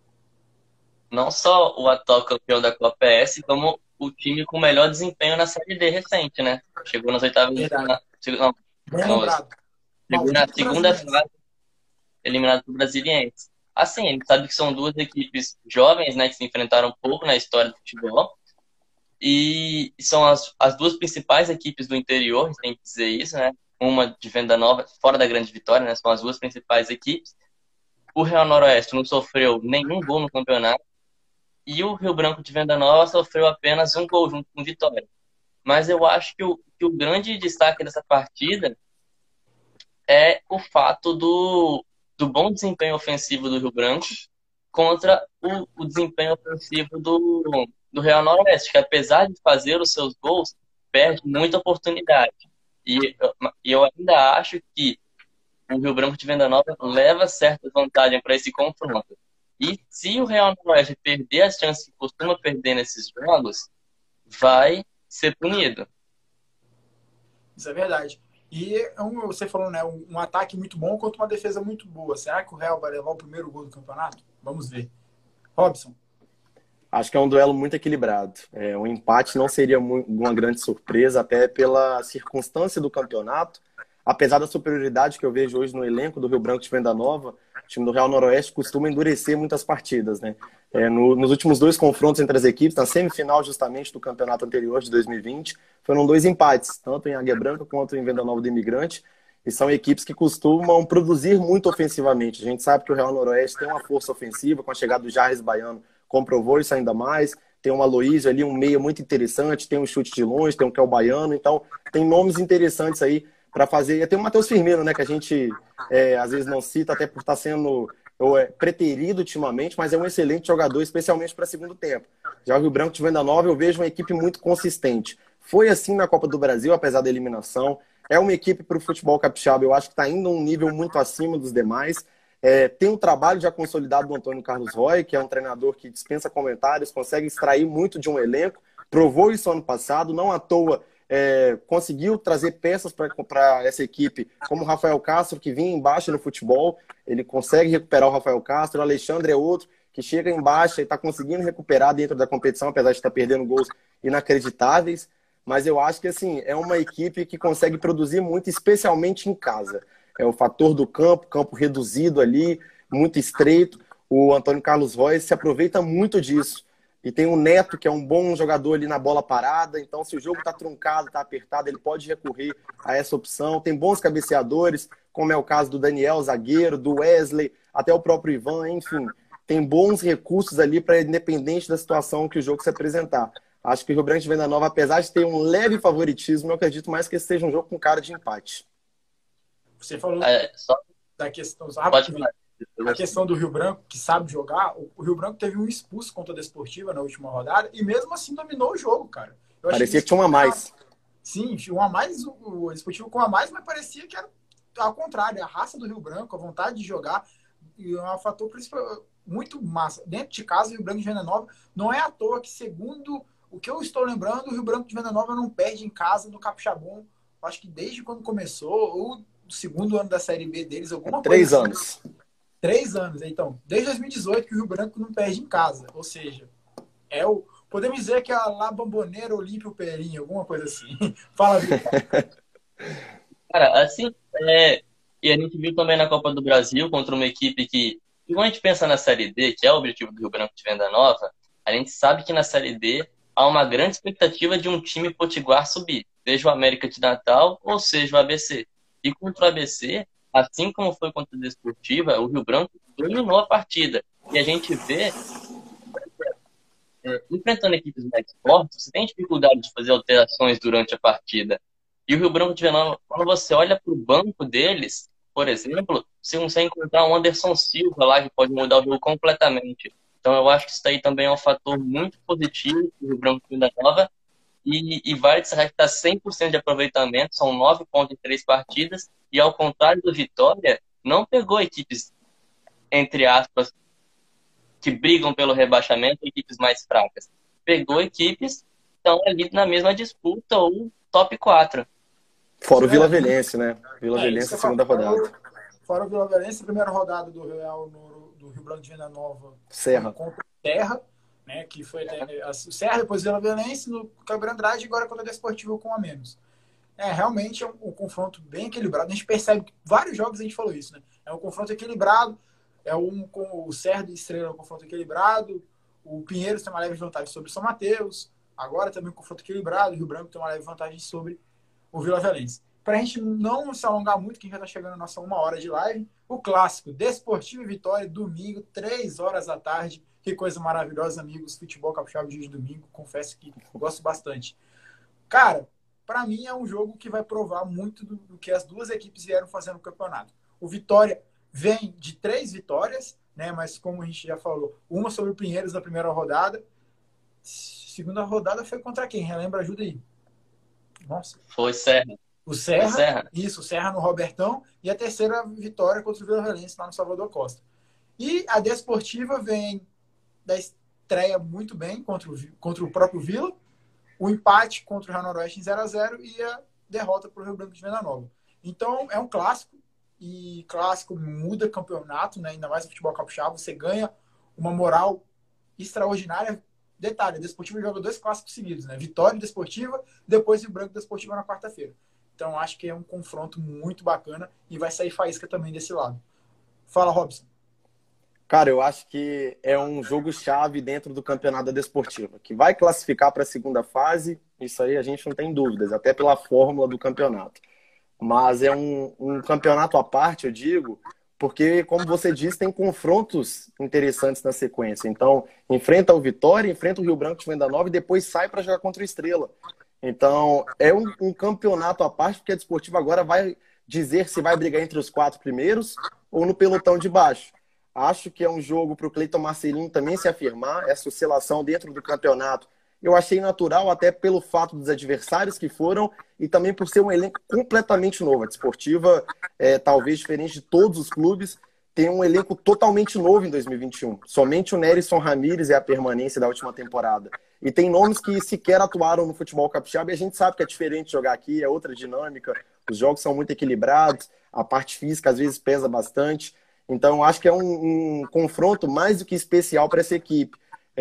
Não só o atual campeão da Copa S, como o time com o melhor desempenho na Série D recente, né? Chegou nas oitavas de final. Não, Bem não, lembrado. chegou na segunda fase, eliminado pro Brasiliense. Assim, a gente sabe que são duas equipes jovens, né, que se enfrentaram pouco na história do futebol. E são as, as duas principais equipes do interior, a gente tem que dizer isso, né? Uma de Venda Nova, fora da Grande Vitória, né? São as duas principais equipes. O Real Noroeste não sofreu nenhum gol no campeonato. E o Rio Branco de Venda Nova sofreu apenas um gol junto com Vitória. Mas eu acho que o, que o grande destaque dessa partida é o fato do, do bom desempenho ofensivo do Rio Branco contra o, o desempenho ofensivo do, do Real Noroeste, que apesar de fazer os seus gols, perde muita oportunidade. E, e eu ainda acho que o Rio Branco de Venda Nova leva certa vantagem para esse confronto. E se o Real Noroeste perder as chances que costuma perder nesses jogos, vai ser punido. Isso é verdade. E você falou, né, um, um ataque muito bom contra uma defesa muito boa. Será que o Real vai levar o primeiro gol do campeonato? Vamos ver. Robson. Acho que é um duelo muito equilibrado. É, um empate não seria uma grande surpresa, até pela circunstância do campeonato. Apesar da superioridade que eu vejo hoje no elenco do Rio Branco de Venda Nova, o time do Real Noroeste costuma endurecer muitas partidas, né? É, no, nos últimos dois confrontos entre as equipes, na semifinal justamente do campeonato anterior de dois mil e vinte, foram dois empates, tanto em Águia Branca quanto em Venda Nova do Imigrante, e são equipes que costumam produzir muito ofensivamente. A gente sabe que o Real Noroeste tem uma força ofensiva, com a chegada do Jarres Baiano, comprovou isso ainda mais. Tem um Aloysio ali, um meia muito interessante, tem um chute de longe, tem um Kel Baiano, então tem nomes interessantes aí para fazer. E tem o Matheus Firmino, né, que a gente é, às vezes não cita, até por estar sendo ou é, preterido ultimamente, mas é um excelente jogador, especialmente para segundo tempo. Já o Rio Branco de Venda Nova, eu vejo uma equipe muito consistente. Foi assim na Copa do Brasil, apesar da eliminação. É uma equipe para o futebol capixaba, eu acho que está indo a um nível muito acima dos demais. É, tem um trabalho já consolidado do Antônio Carlos Roy, que é um treinador que dispensa comentários, consegue extrair muito de um elenco, provou isso ano passado, não à toa é, conseguiu trazer peças para essa equipe, como o Rafael Castro, que vinha embaixo no futebol, ele consegue recuperar o Rafael Castro, o Alexandre é outro, que chega embaixo e está conseguindo recuperar dentro da competição, apesar de estar perdendo gols inacreditáveis, mas eu acho que assim, é uma equipe que consegue produzir muito, especialmente em casa. É o fator do campo, campo reduzido ali, muito estreito. O Antônio Carlos Roy se aproveita muito disso. E tem o Neto, que é um bom jogador ali na bola parada. Então, se o jogo está truncado, está apertado, ele pode recorrer a essa opção. Tem bons cabeceadores, como é o caso do Daniel, zagueiro, do Wesley, até o próprio Ivan, enfim. Tem bons recursos ali para, independente da situação que o jogo se apresentar. Acho que o Rio Branco de Venda Nova, apesar de ter um leve favoritismo, eu acredito mais que esse seja um jogo com cara de empate. Você falou É, só... da questão, a questão do Rio Branco, que sabe jogar. O Rio Branco teve um expulso contra a Desportiva na última rodada e mesmo assim dominou o jogo, cara. Eu parecia que, que tinha um a mais. Sim, um a mais, o Desportivo com um a mais, mas parecia que era ao contrário, a raça do Rio Branco, a vontade de jogar, e é um fator principal, muito massa. Dentro de casa, o Rio Branco de Venda Nova não é à toa que, segundo o que eu estou lembrando, o Rio Branco de Venda Nova não perde em casa no Capixabão, acho que desde quando começou, ou o segundo ano da Série B deles, alguma Três coisa. anos. Assim. Três anos, então. Desde dois mil e dezoito que o Rio Branco não perde em casa. Ou seja, é o... podemos dizer que é a La Bombonera Olímpio Perim, alguma coisa assim. Fala, Vitor. Cara, assim, é... e a gente viu também na Copa do Brasil contra uma equipe que, quando a gente pensa na Série D, que é o objetivo do Rio Branco de Venda Nova, a gente sabe que na Série D há uma grande expectativa de um time potiguar subir, seja o América de Natal ou seja o A B C. E contra o A B C, assim como foi contra a Desportiva, o Rio Branco dominou a partida. E a gente vê enfrentando equipes mais fortes, você tem dificuldade de fazer alterações durante a partida. E o Rio Branco de Venâncio, quando você olha para o banco deles, por exemplo, você consegue encontrar um Anderson Silva lá que pode mudar o jogo completamente. Então eu acho que isso aí também é um fator muito positivo para o Rio Branco de Venâncio. E, e vale destacar que está cem por cento de aproveitamento, são nove pontos em três partidas, e ao contrário do Vitória, não pegou equipes, entre aspas, que brigam pelo rebaixamento, equipes mais fracas. Pegou equipes que estão ali na mesma disputa, ou top quatro. Fora o Vila Velhense, né? Vila É, Velhense, isso segunda fora, rodada. Fora o Vila Velhense, primeira rodada do Real no, do Rio Branco de Venda Nova. Serra. Contra o Serra, né? Que foi até, o Serra, depois o Vila Velhense, no Câmara Andrade, e agora contra o Desportivo com a menos. É, realmente é um, um confronto bem equilibrado. A gente percebe que vários jogos a gente falou isso, né? É um confronto equilibrado. É um com o Serra e Estrela, é um confronto equilibrado. O Pinheiros tem uma leve vantagem sobre o São Mateus. Agora também um confronto equilibrado. O Rio Branco tem uma leve vantagem sobre o Vila Velhense. Para a gente não se alongar muito, que já está chegando a nossa uma hora de live, o clássico Desportivo e Vitória, domingo, três horas da tarde. Que coisa maravilhosa, amigos. Futebol capixaba de domingo. Confesso que gosto bastante. Cara, para mim é um jogo que vai provar muito do, do que as duas equipes vieram fazendo no campeonato. O Vitória vem de três vitórias, né? Mas como a gente já falou, uma sobre o Pinheiros na primeira rodada. Segunda rodada foi contra quem? Relembra, ajuda aí. Nossa. Foi Serra. O Serra, Serra. Isso, o Serra no Robertão. E a terceira vitória contra o Vila Velhense lá no Salvador Costa. E a Desportiva vem da estreia muito bem contra o, contra o próprio Vila. O empate contra o Real Noroeste em zero a zero e a derrota para o Rio Branco de Venda Nova. Então, é um clássico. E clássico muda campeonato, né? Ainda mais no futebol capixaba. Você ganha uma moral extraordinária. Detalhe, a Desportiva joga dois clássicos seguidos, né? Vitória e Desportiva, depois o Branco e Desportiva na quarta-feira. Então, acho que é um confronto muito bacana e vai sair faísca também desse lado. Fala, Robson. Cara, eu acho que é um jogo-chave dentro do campeonato da Desportiva, que vai classificar para a segunda fase, isso aí a gente não tem dúvidas, até pela fórmula do campeonato. Mas é um, um campeonato à parte, eu digo, porque, como você disse, tem confrontos interessantes na sequência. Então, enfrenta o Vitória, enfrenta o Rio Branco de Venda Nova e depois sai para jogar contra o Estrela. Então, é um, um campeonato à parte, porque a Desportiva agora vai dizer se vai brigar entre os quatro primeiros ou no pelotão de baixo. Acho que é um jogo para o Cleiton Marcelino também se afirmar, essa oscilação dentro do campeonato. Eu achei natural, até pelo fato dos adversários que foram e também por ser um elenco completamente novo. A Desportiva, é, talvez diferente de todos os clubes, tem um elenco totalmente novo em dois mil e vinte e um. Somente o Nerisson Ramírez é a permanência da última temporada. E tem nomes que sequer atuaram no futebol capixaba e a gente sabe que é diferente jogar aqui, é outra dinâmica. Os jogos são muito equilibrados, a parte física às vezes pesa bastante. Então, acho que é um, um confronto mais do que especial para essa equipe.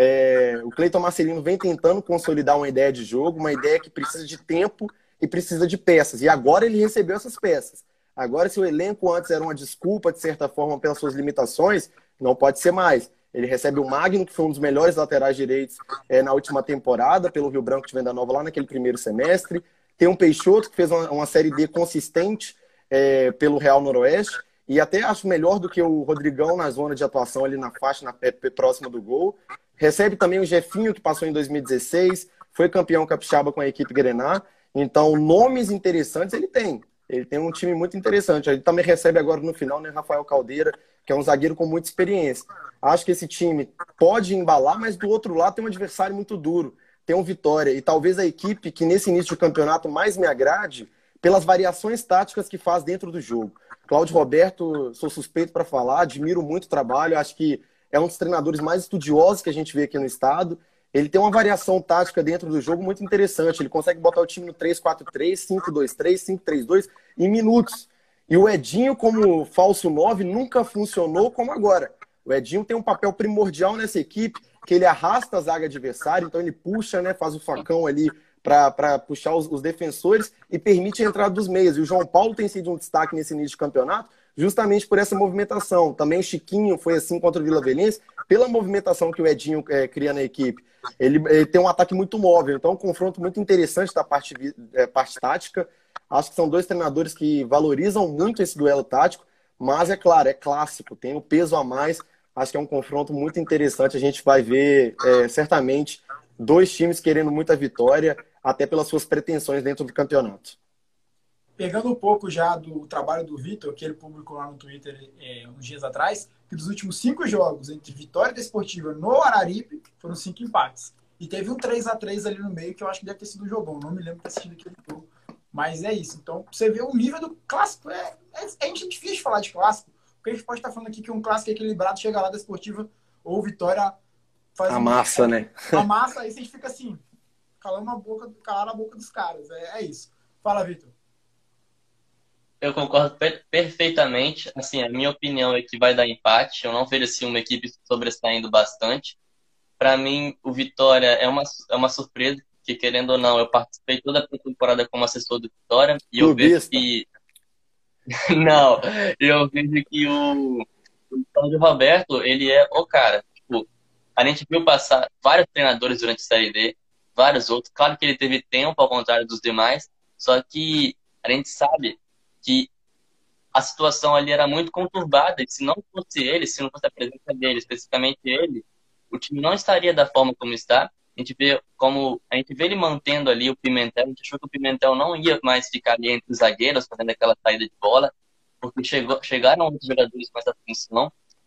É, o Cleiton Marcelino vem tentando consolidar uma ideia de jogo, uma ideia que precisa de tempo e precisa de peças. E agora ele recebeu essas peças. Agora, se o elenco antes era uma desculpa, de certa forma, pelas suas limitações, não pode ser mais. Ele recebe o Magno, que foi um dos melhores laterais direitos é, na última temporada, pelo Rio Branco de Venda Nova, lá naquele primeiro semestre. Tem um Peixoto, que fez uma, uma Série D consistente é, pelo Real Noroeste. E até acho melhor do que o Rodrigão na zona de atuação ali na faixa, na, é, próxima do gol. Recebe também o Jefinho, que passou em dois mil e dezesseis, foi campeão capixaba com a equipe Grená. Então, nomes interessantes ele tem. Ele tem um time muito interessante. Ele também recebe agora no final, né, Rafael Caldeira, que é um zagueiro com muita experiência. Acho que esse time pode embalar, mas do outro lado tem um adversário muito duro. Tem um Vitória. E talvez a equipe que nesse início de campeonato mais me agrade pelas variações táticas que faz dentro do jogo. Cláudio Roberto, sou suspeito para falar, admiro muito o trabalho. Acho que é um dos treinadores mais estudiosos que a gente vê aqui no estado. Ele tem uma variação tática dentro do jogo muito interessante. Ele consegue botar o time no três quatro três, cinco dois três, cinco três dois em minutos. E o Edinho, como falso nove, nunca funcionou como agora. O Edinho tem um papel primordial nessa equipe, que ele arrasta a zaga adversária, então ele puxa, né, faz o facão ali para puxar os, os defensores e permite a entrada dos meias. E o João Paulo tem sido um destaque nesse início de campeonato, justamente por essa movimentação. Também o Chiquinho foi assim contra o Vila Velhense, pela movimentação que o Edinho é, cria na equipe. Ele, ele tem um ataque muito móvel, então um confronto muito interessante da parte, é, parte tática. Acho que são dois treinadores que valorizam muito esse duelo tático, mas é claro, é clássico, tem o peso a mais Acho que é um confronto muito interessante. A gente vai ver, é, certamente, dois times querendo muita vitória, até pelas suas pretensões dentro do campeonato. Pegando um pouco já do trabalho do Vitor, que ele publicou lá no Twitter é, uns dias atrás, que dos últimos cinco jogos entre Vitória e Desportiva no Araripe, foram cinco empates. E teve um três a três ali no meio, que eu acho que deve ter sido um jogão. Não me lembro de ter assistido aquele jogo. Mas é isso. Então, você vê o nível do clássico. É, é, é difícil falar de clássico. Porque a gente pode estar falando aqui que um clássico equilibrado chega lá da Desportiva ou Vitória faz A um, massa, é, né? A massa, aí a gente fica assim, calando a boca, calando a boca dos caras. É, é isso. Fala, Vitor. Eu concordo per- perfeitamente. Assim, a minha opinião é que vai dar empate. Eu não vejo assim uma equipe sobressaindo bastante. Para mim, o Vitória é uma, é uma surpresa, porque querendo ou não, eu participei toda a temporada como assessor do Vitória e eu vejo Clubista. que não, eu vejo que o, o Cláudio Roberto, ele é o cara. Tipo, a gente viu passar vários treinadores durante a Série D, vários outros. Claro que ele teve tempo, ao contrário dos demais, só que a gente sabe que a situação ali era muito conturbada, e se não fosse ele, se não fosse a presença dele, especificamente ele, o time não estaria da forma como está. A gente vê como a gente vê ele mantendo ali o Pimentel. A gente achou que o Pimentel não ia mais ficar ali entre os zagueiros, fazendo aquela saída de bola, porque chegou, chegaram outros jogadores com essa função,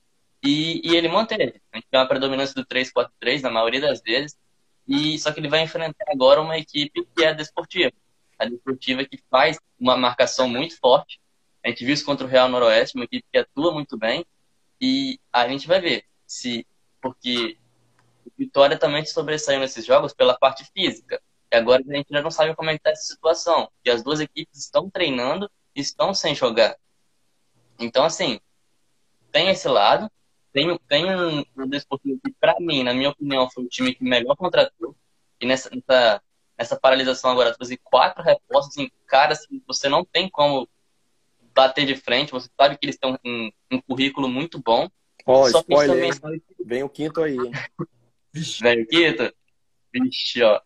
e, e ele manteve. A gente tem uma predominância do três quatro três na maioria das vezes, e só que ele vai enfrentar agora uma equipe que é a Desportiva. A Desportiva que faz uma marcação muito forte. A gente viu isso contra o Real Noroeste, uma equipe que atua muito bem, e a gente vai ver se, porque o Vitória também se sobressaiu nesses jogos pela parte física. E agora a gente já não sabe como é que está essa situação, porque as duas equipes estão treinando e estão sem jogar. Então, assim, tem esse lado, tem, tem um, um Desportivo que, para mim, na minha opinião, foi o time que melhor contratou, e nessa, nessa, nessa paralisação agora, trouxe quatro reforços em caras que você não tem como bater de frente, você sabe que eles têm um, um currículo muito bom. Ó, oh, só que a gente spoiler, também hein? Vem o quinto aí, hein? Velho Quito, vixe, ó.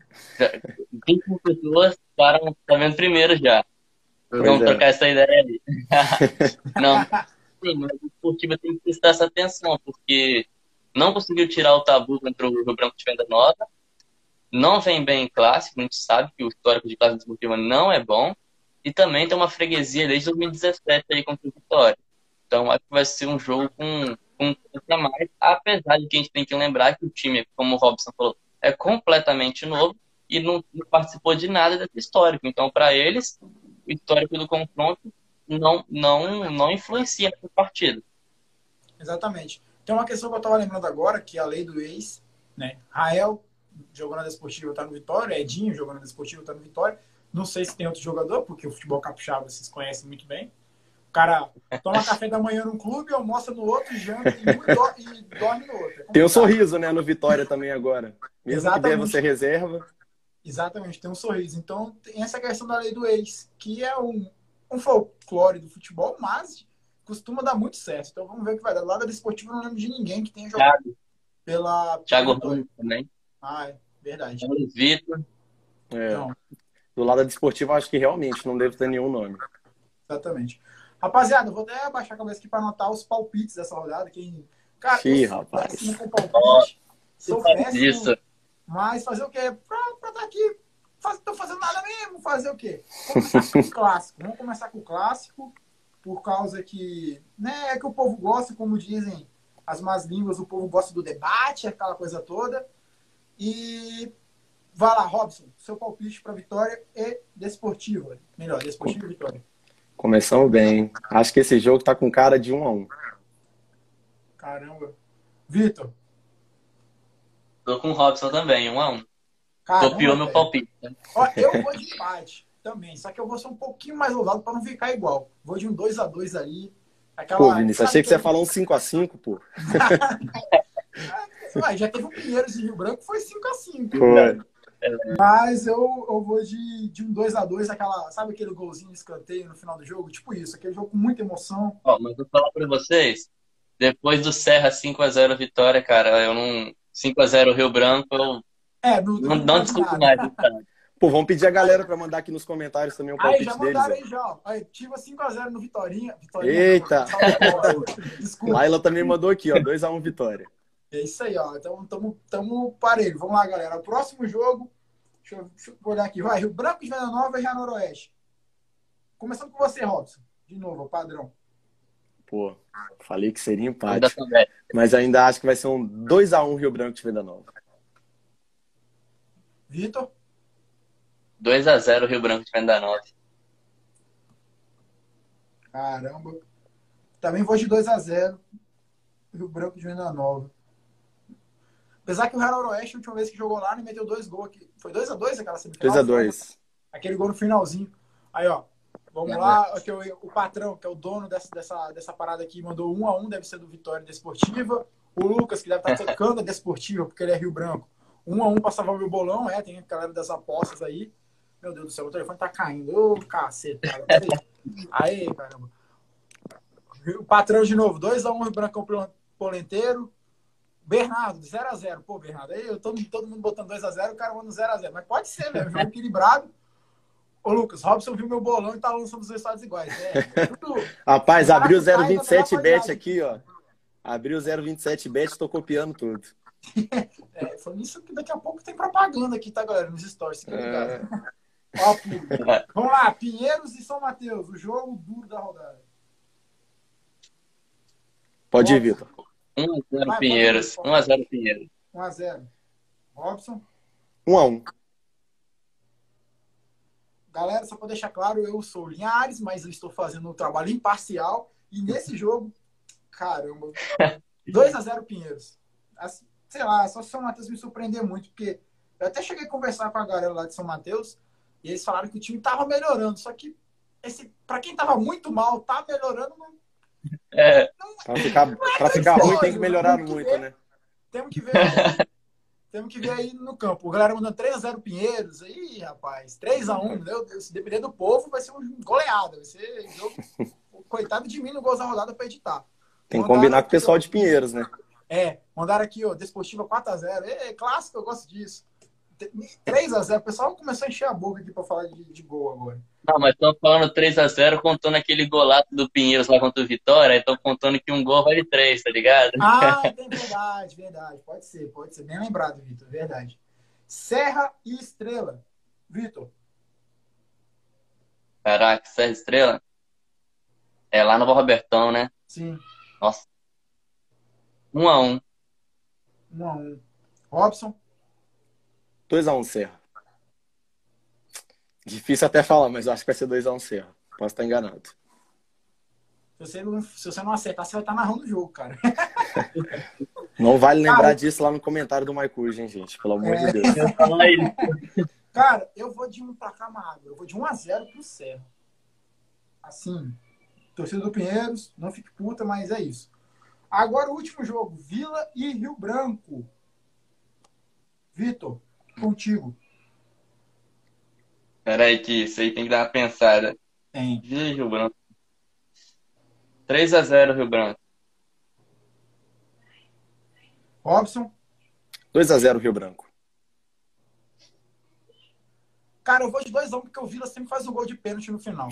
vinte pessoas ficaram tá vendo primeiro já. Pois Vamos é. trocar essa ideia aí. Não, sim, mas o esportivo tem que prestar essa atenção, porque não conseguiu tirar o tabu contra o Rio Branco de Venda Nova, não vem bem em clássico, a gente sabe que o histórico de classe esportiva não é bom, e também tem uma freguesia desde dois mil e dezessete aí contra o Vitória. Então acho que vai ser um jogo com com a mais, apesar de que a gente tem que lembrar que o time, como o Robson falou, é completamente novo e não, não participou de nada desse histórico. Então, para eles, o histórico do confronto não, não, não influencia no partido. Exatamente. Tem uma questão que eu estava lembrando agora, que é a lei do ex, né? Rael jogando na Desportiva está no Vitória, Edinho jogando na Desportiva está no Vitória. Não sei se tem outro jogador, porque o futebol capixaba vocês conhecem muito bem. O cara toma café da manhã num clube, almoça no outro, janta em um e, do, e dorme no outro. É tem um sorriso, né, no Vitória também agora. Mesmo Exatamente. que deva ser reserva. Exatamente, tem um sorriso. Então, tem essa questão da lei do ex, que é um, um folclore do futebol, mas costuma dar muito certo. Então, vamos ver o que vai dar. Do lado da Desportiva, eu não lembro de ninguém que tenha jogado Thiago. pela... Thiago Ramos também. Ah, é verdade. Carlos Vitor. É. Então, Do lado da Desportiva, acho que realmente não deve ter nenhum nome. exatamente. Rapaziada, eu vou até abaixar a cabeça aqui para anotar os palpites dessa rodada. Quem... Cara, Sim, eu sou rapaz. péssimo com palpite. Sou péssimo, Isso. mas fazer o quê? Pra estar aqui, faz, tô fazendo nada mesmo, fazer o quê? Vamos começar com o clássico. Vamos começar com o clássico, por causa que, né, é que o povo gosta, como dizem as más línguas, o povo gosta do debate, aquela coisa toda. E vai lá, Robson, seu palpite para Vitória e Desportiva. Melhor, Desportiva e Vitória. Começamos bem. Acho que esse jogo tá com cara de um a um. Caramba. Vitor. Tô com o Robson também, um a um. Caramba, Copiou meu velho. palpite. Né? Ó, eu vou de empate também, só que eu vou ser um pouquinho mais ousado para não ficar igual. Vou de um dois a dois ali. Aquela, Pô, Vinícius, achei que você ia aquele... falar um cinco a cinco, pô. Ué, já teve um Pinheiros e Rio Branco, foi cinco a cinco. Foi. Mas eu, eu vou de, de um dois a dois, aquela, sabe aquele golzinho de escanteio no final do jogo? Tipo isso, aquele jogo com muita emoção. Ó, mas vou falar pra vocês, depois do Serra cinco a zero Vitória, cara, eu não... cinco a zero Rio Branco, eu É, no, não, não discuto mais. Cara. Pô, vamos pedir a galera para mandar aqui nos comentários também um Aí, palpite já deles. mandaram Ó. aí já. Aí, Tiva cinco a zero no Vitorinha. Vitorinha Eita! não, desculpa. Laila também mandou aqui, ó, dois a um Vitória. É isso aí, ó. Então, tamo, tamo parelho. Vamos lá, galera. O próximo jogo, deixa eu, deixa eu olhar aqui. Vai, Rio Branco de Venda Nova e já Noroeste. Começando com você, Robson. De novo, o padrão. Pô, falei que seria empate. Mas ainda acho que vai ser um dois a um Rio Branco de Venda Nova. Vitor? dois a zero Rio Branco de Venda Nova. Caramba. Também vou de dois a zero Rio Branco de Venda Nova. Apesar que o Real Noroeste, a última vez que jogou lá, ele meteu dois gols aqui. Foi dois a dois aquela semifinal? dois a dois. Aquele gol no finalzinho. Aí, ó. Vamos lá. Aqui, o, o patrão, que é o dono dessa, dessa, dessa parada aqui, mandou um a um, deve ser do Vitória Desportiva. O Lucas, que deve estar tocando a Desportiva, porque ele é Rio Branco. um a um passava o meu bolão, é, tem a galera das apostas aí. Meu Deus do céu, o telefone tá caindo. Ô, caceta. Aí, caramba. O patrão de novo, dois a um Rio Branco Polenteiro. Bernardo, zero a zero. Pô, Bernardo, aí eu tô, todo mundo botando dois a zero, o cara manda zero a zero. Mas pode ser, né? Jogo equilibrado. Ô, Lucas, Robson viu meu bolão e tá lançando os resultados iguais. É, é tudo... Rapaz, abriu o zero vinte e sete bet aqui, ó. Abriu o zero vinte e sete bet, tô copiando tudo. É, foi nisso que daqui a pouco tem propaganda aqui, tá, galera? Nos stories. Fica ligado. É... Ó, vamos lá, Pinheiros e São Mateus, o jogo duro da rodada. Pode ir, Vitor. um a zero Pinheiros. um a zero Pinheiros. um a zero. Robson? um a um. Galera, só para deixar claro, eu sou Linhares, mas eu estou fazendo um trabalho imparcial. E nesse jogo, caramba, dois a zero Pinheiros. Assim, sei lá, só se São Mateus me surpreender muito, porque eu até cheguei a conversar com a galera lá de São Mateus e eles falaram que o time estava melhorando. Só que, esse, para quem estava muito mal, tá melhorando. Não, é. não, para ficar, não é pra ficar ruim, tem que melhorar que muito, ver, né? Temos que ver. Temos que ver aí no campo. O galera mandando três a zero Pinheiros. Aí, rapaz, três a um, meu Deus. Se depender do povo, vai ser uma goleada. Vai ser jogo... Coitado de mim no Gols da Rodada para editar. Tem que combinar com o pessoal de Pinheiros, né? É, mandaram aqui, ó, Desportiva quatro a zero. É, clássico, eu gosto disso. três a zero. O pessoal começou a encher a boca aqui para falar de, de gol agora. Não, mas estão falando três a zero, contando aquele golaço do Pinheiros lá contra o Vitória. Estão contando que um gol vale três, tá ligado? Ah, tem verdade, verdade. Pode ser, pode ser. Bem lembrado, Vitor, verdade. Serra e Estrela. Vitor. Caraca, Serra e Estrela? É lá no Robertão, né? Sim. Nossa. um a um. um a um. Robson. dois a um Serra. Difícil até falar, mas eu acho que vai ser dois a um Serra. Posso estar enganado. Se você não, se você não acertar, você vai estar narrando o jogo, cara. Não vale lembrar cara, disso lá no comentário do Maicurge, hein, gente? Pelo amor é... de Deus. Cara, eu vou de um placar magro. Eu vou de um a zero pro Serra. Assim, torcida do Pinheiros, não fique puta, mas é isso. Agora o último jogo, Vila e Rio Branco. Vitor, contigo. Peraí que isso aí tem que dar uma pensada. Tem. Vila e Rio Branco. três a zero Rio Branco. Robson. dois a zero Rio Branco. Cara, eu vou de dois a um porque o Vila sempre faz um gol de pênalti no final.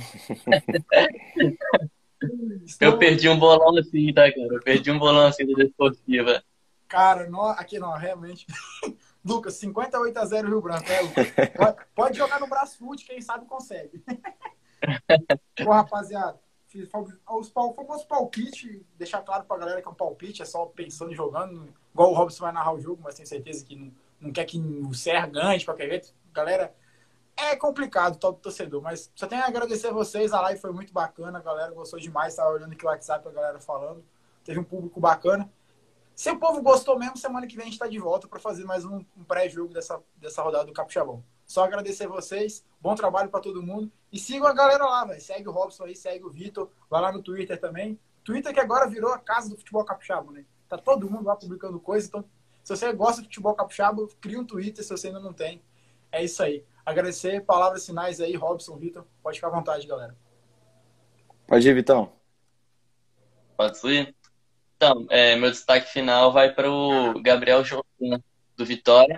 Estou... Eu perdi um bolão assim, tá, cara? Eu perdi um bolão assim da Desportiva. Cara, não, aqui não, realmente. Lucas, cinquenta e oito a zero Rio Branco, né, Lucas? Pode, pode jogar no Brasfoot, quem sabe consegue. Pô, rapaziada, os famosos palpites, deixar claro pra galera que é um palpite, é só pensando e jogando, igual o Robson vai narrar o jogo, mas tenho certeza que não, não quer que o Serra ganhe de qualquer jeito. Galera, é complicado todo torcedor, mas só tenho a agradecer a vocês, a live foi muito bacana, a galera gostou demais, estava olhando aqui o WhatsApp, a galera falando, teve um público bacana. Se o povo gostou mesmo, semana que vem a gente está de volta para fazer mais um, um pré-jogo dessa, dessa rodada do Capixabão. Só agradecer a vocês, bom trabalho para todo mundo. E sigam a galera lá, véio. Segue o Robson aí, segue o Vitor, vai lá no Twitter também. Twitter que agora virou a casa do futebol capixaba, né? Tá todo mundo lá publicando coisa, então se você gosta de futebol capixaba, cria um Twitter se você ainda não tem. É isso aí. Agradecer, palavras finais aí, Robson, Vitor. Pode ficar à vontade, galera. Pode ir, Vitão. Pode ir? Então, é, meu destaque final vai para o Gabriel Jordão, do Vitória.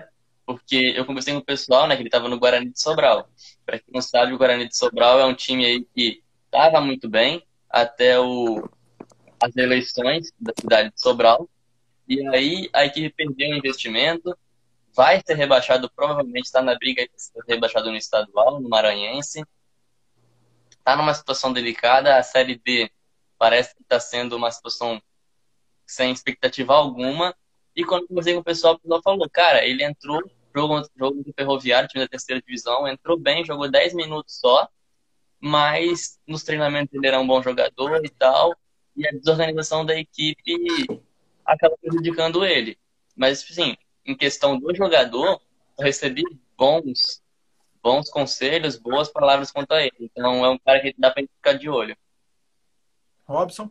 porque eu conversei com o pessoal, né, que ele estava no Guarani de Sobral. Para quem não sabe, o Guarani de Sobral é um time aí que estava muito bem até o, as eleições da cidade de Sobral. E aí a equipe perdeu o investimento, vai ser rebaixado, provavelmente está na briga de ser rebaixado no estadual, no Maranhense. Está numa situação delicada, a Série D parece que está sendo uma situação sem expectativa alguma. E quando eu conversei com o pessoal, o pessoal falou, cara, ele entrou, jogo, jogo do Ferroviário, time da terceira divisão, entrou bem, jogou dez minutos só, mas nos treinamentos ele era um bom jogador e tal, e a desorganização da equipe acaba prejudicando ele. Mas, assim, em questão do jogador, eu recebi bons, bons conselhos, boas palavras quanto a ele. Então, é um cara que dá pra gente ficar de olho. Robson?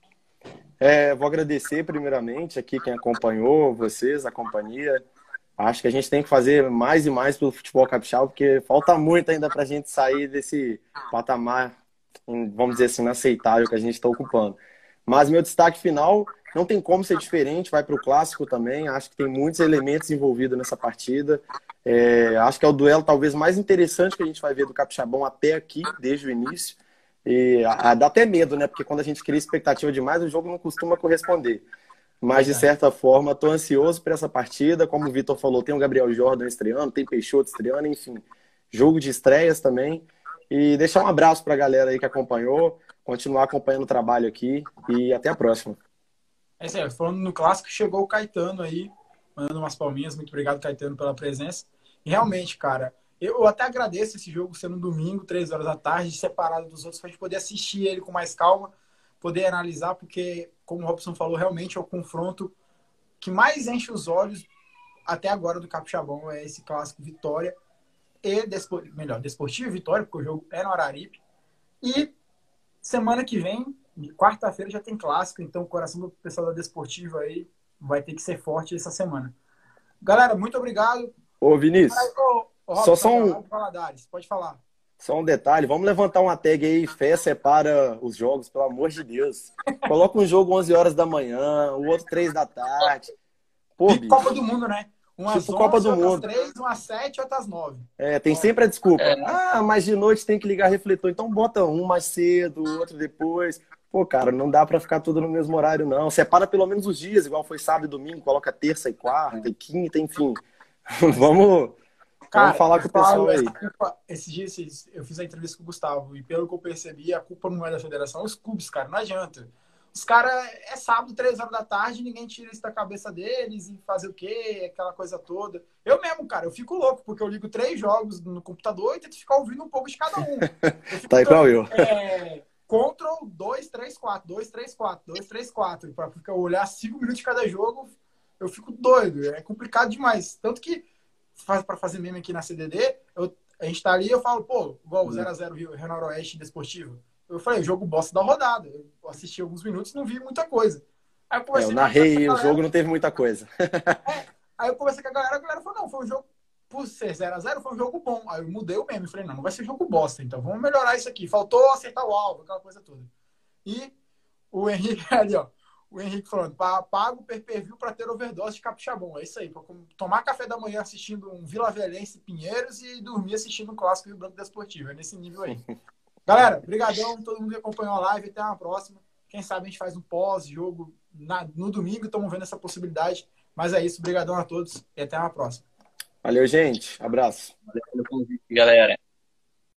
É, vou agradecer primeiramente aqui quem acompanhou, vocês, a companhia. Acho que a gente tem que fazer mais e mais pelo futebol capixaba, porque falta muito ainda para a gente sair desse patamar, vamos dizer assim, inaceitável que a gente está ocupando. Mas meu destaque final não tem como ser diferente, vai para o clássico também. Acho que tem muitos elementos envolvidos nessa partida. É, acho que é o duelo talvez mais interessante que a gente vai ver do Capixabão até aqui, desde o início. E a, a, dá até medo, né? Porque quando a gente cria expectativa demais, o jogo não costuma corresponder. Mas, de certa forma, estou ansioso por essa partida. Como o Vitor falou, tem o Gabriel Jordan estreando, tem Peixoto estreando, enfim. Jogo de estreias também. E deixar um abraço para a galera aí que acompanhou, continuar acompanhando o trabalho aqui e até a próxima. É isso aí, falando no clássico, chegou o Caetano aí, mandando umas palminhas. Muito obrigado, Caetano, pela presença. E realmente, cara, eu até agradeço esse jogo sendo um domingo, três horas da tarde, separado dos outros, para a gente poder assistir ele com mais calma, poder analisar, porque, como o Robson falou, realmente é o confronto que mais enche os olhos até agora do Capixabão, é esse clássico Vitória e, Despor... melhor, Desportivo e Vitória, porque o jogo é no Araripe. E semana que vem, quarta-feira, já tem clássico, então o coração do pessoal da Desportiva aí vai ter que ser forte essa semana. Galera, muito obrigado. Ô, Vinícius, ô, ô, Robson, só, só, um, pode falar. Só um detalhe, vamos levantar uma tag aí, Fé separa os jogos, pelo amor de Deus. Coloca um jogo onze horas da manhã, o outro três da tarde. Pô, e Copa do Mundo, né? Umas tipo Copa do Mundo. três, umas sete, outras nove. É, tem sempre a desculpa. Ah, mas de noite tem que ligar refletor. Então bota um mais cedo, outro depois. Pô, cara, não dá pra ficar tudo no mesmo horário, não. Separa pelo menos os dias, igual foi sábado e domingo. Coloca terça e quarta e quinta, enfim. Vamos, cara, vamos falar com o pessoal aí. Culpa, esses dias eu fiz a entrevista com o Gustavo e pelo que eu percebi, a culpa não é da federação, é os clubes, cara. Não adianta. Os caras, é sábado, três horas da tarde, ninguém tira isso da cabeça deles e fazer o quê? Aquela coisa toda. Eu mesmo, cara, eu fico louco, porque eu ligo três jogos no computador e tento ficar ouvindo um pouco de cada um. Eu tá igual eu. É, Ctrl dois, três, quatro, dois, três, quatro, dois, três, quatro, pra ficar olhar cinco minutos de cada jogo, eu fico doido. É complicado demais. Tanto que, para fazer meme aqui na C D D, eu, a gente tá ali e eu falo, pô, igual o zero a zero Rio, Rio Noroeste Desportivo. Eu falei, jogo bosta da rodada. Eu assisti alguns minutos e não vi muita coisa. Aí eu, é, eu narrei e o jogo não teve muita coisa. É, aí eu conversei com a galera, a galera falou, não, foi um jogo, por ser zero a zero, foi um jogo bom. Aí eu mudei o meme, falei, não, não vai ser jogo bosta, então vamos melhorar isso aqui. Faltou acertar o alvo, aquela coisa toda. E o Henrique ali, ó, o Henrique falando, pago o pay-per-view para ter overdose de capixabão. É isso aí, para tomar café da manhã assistindo um Vila Velhense Pinheiros e dormir assistindo um clássico Rio Branco Desportivo. É nesse nível aí. Galera, brigadão, todo mundo que acompanhou a live, até uma próxima. Quem sabe a gente faz um pós-jogo no domingo, estamos vendo essa possibilidade. Mas é isso, brigadão a todos e até uma próxima. Valeu, gente. Abraço. Valeu pelo convite, galera.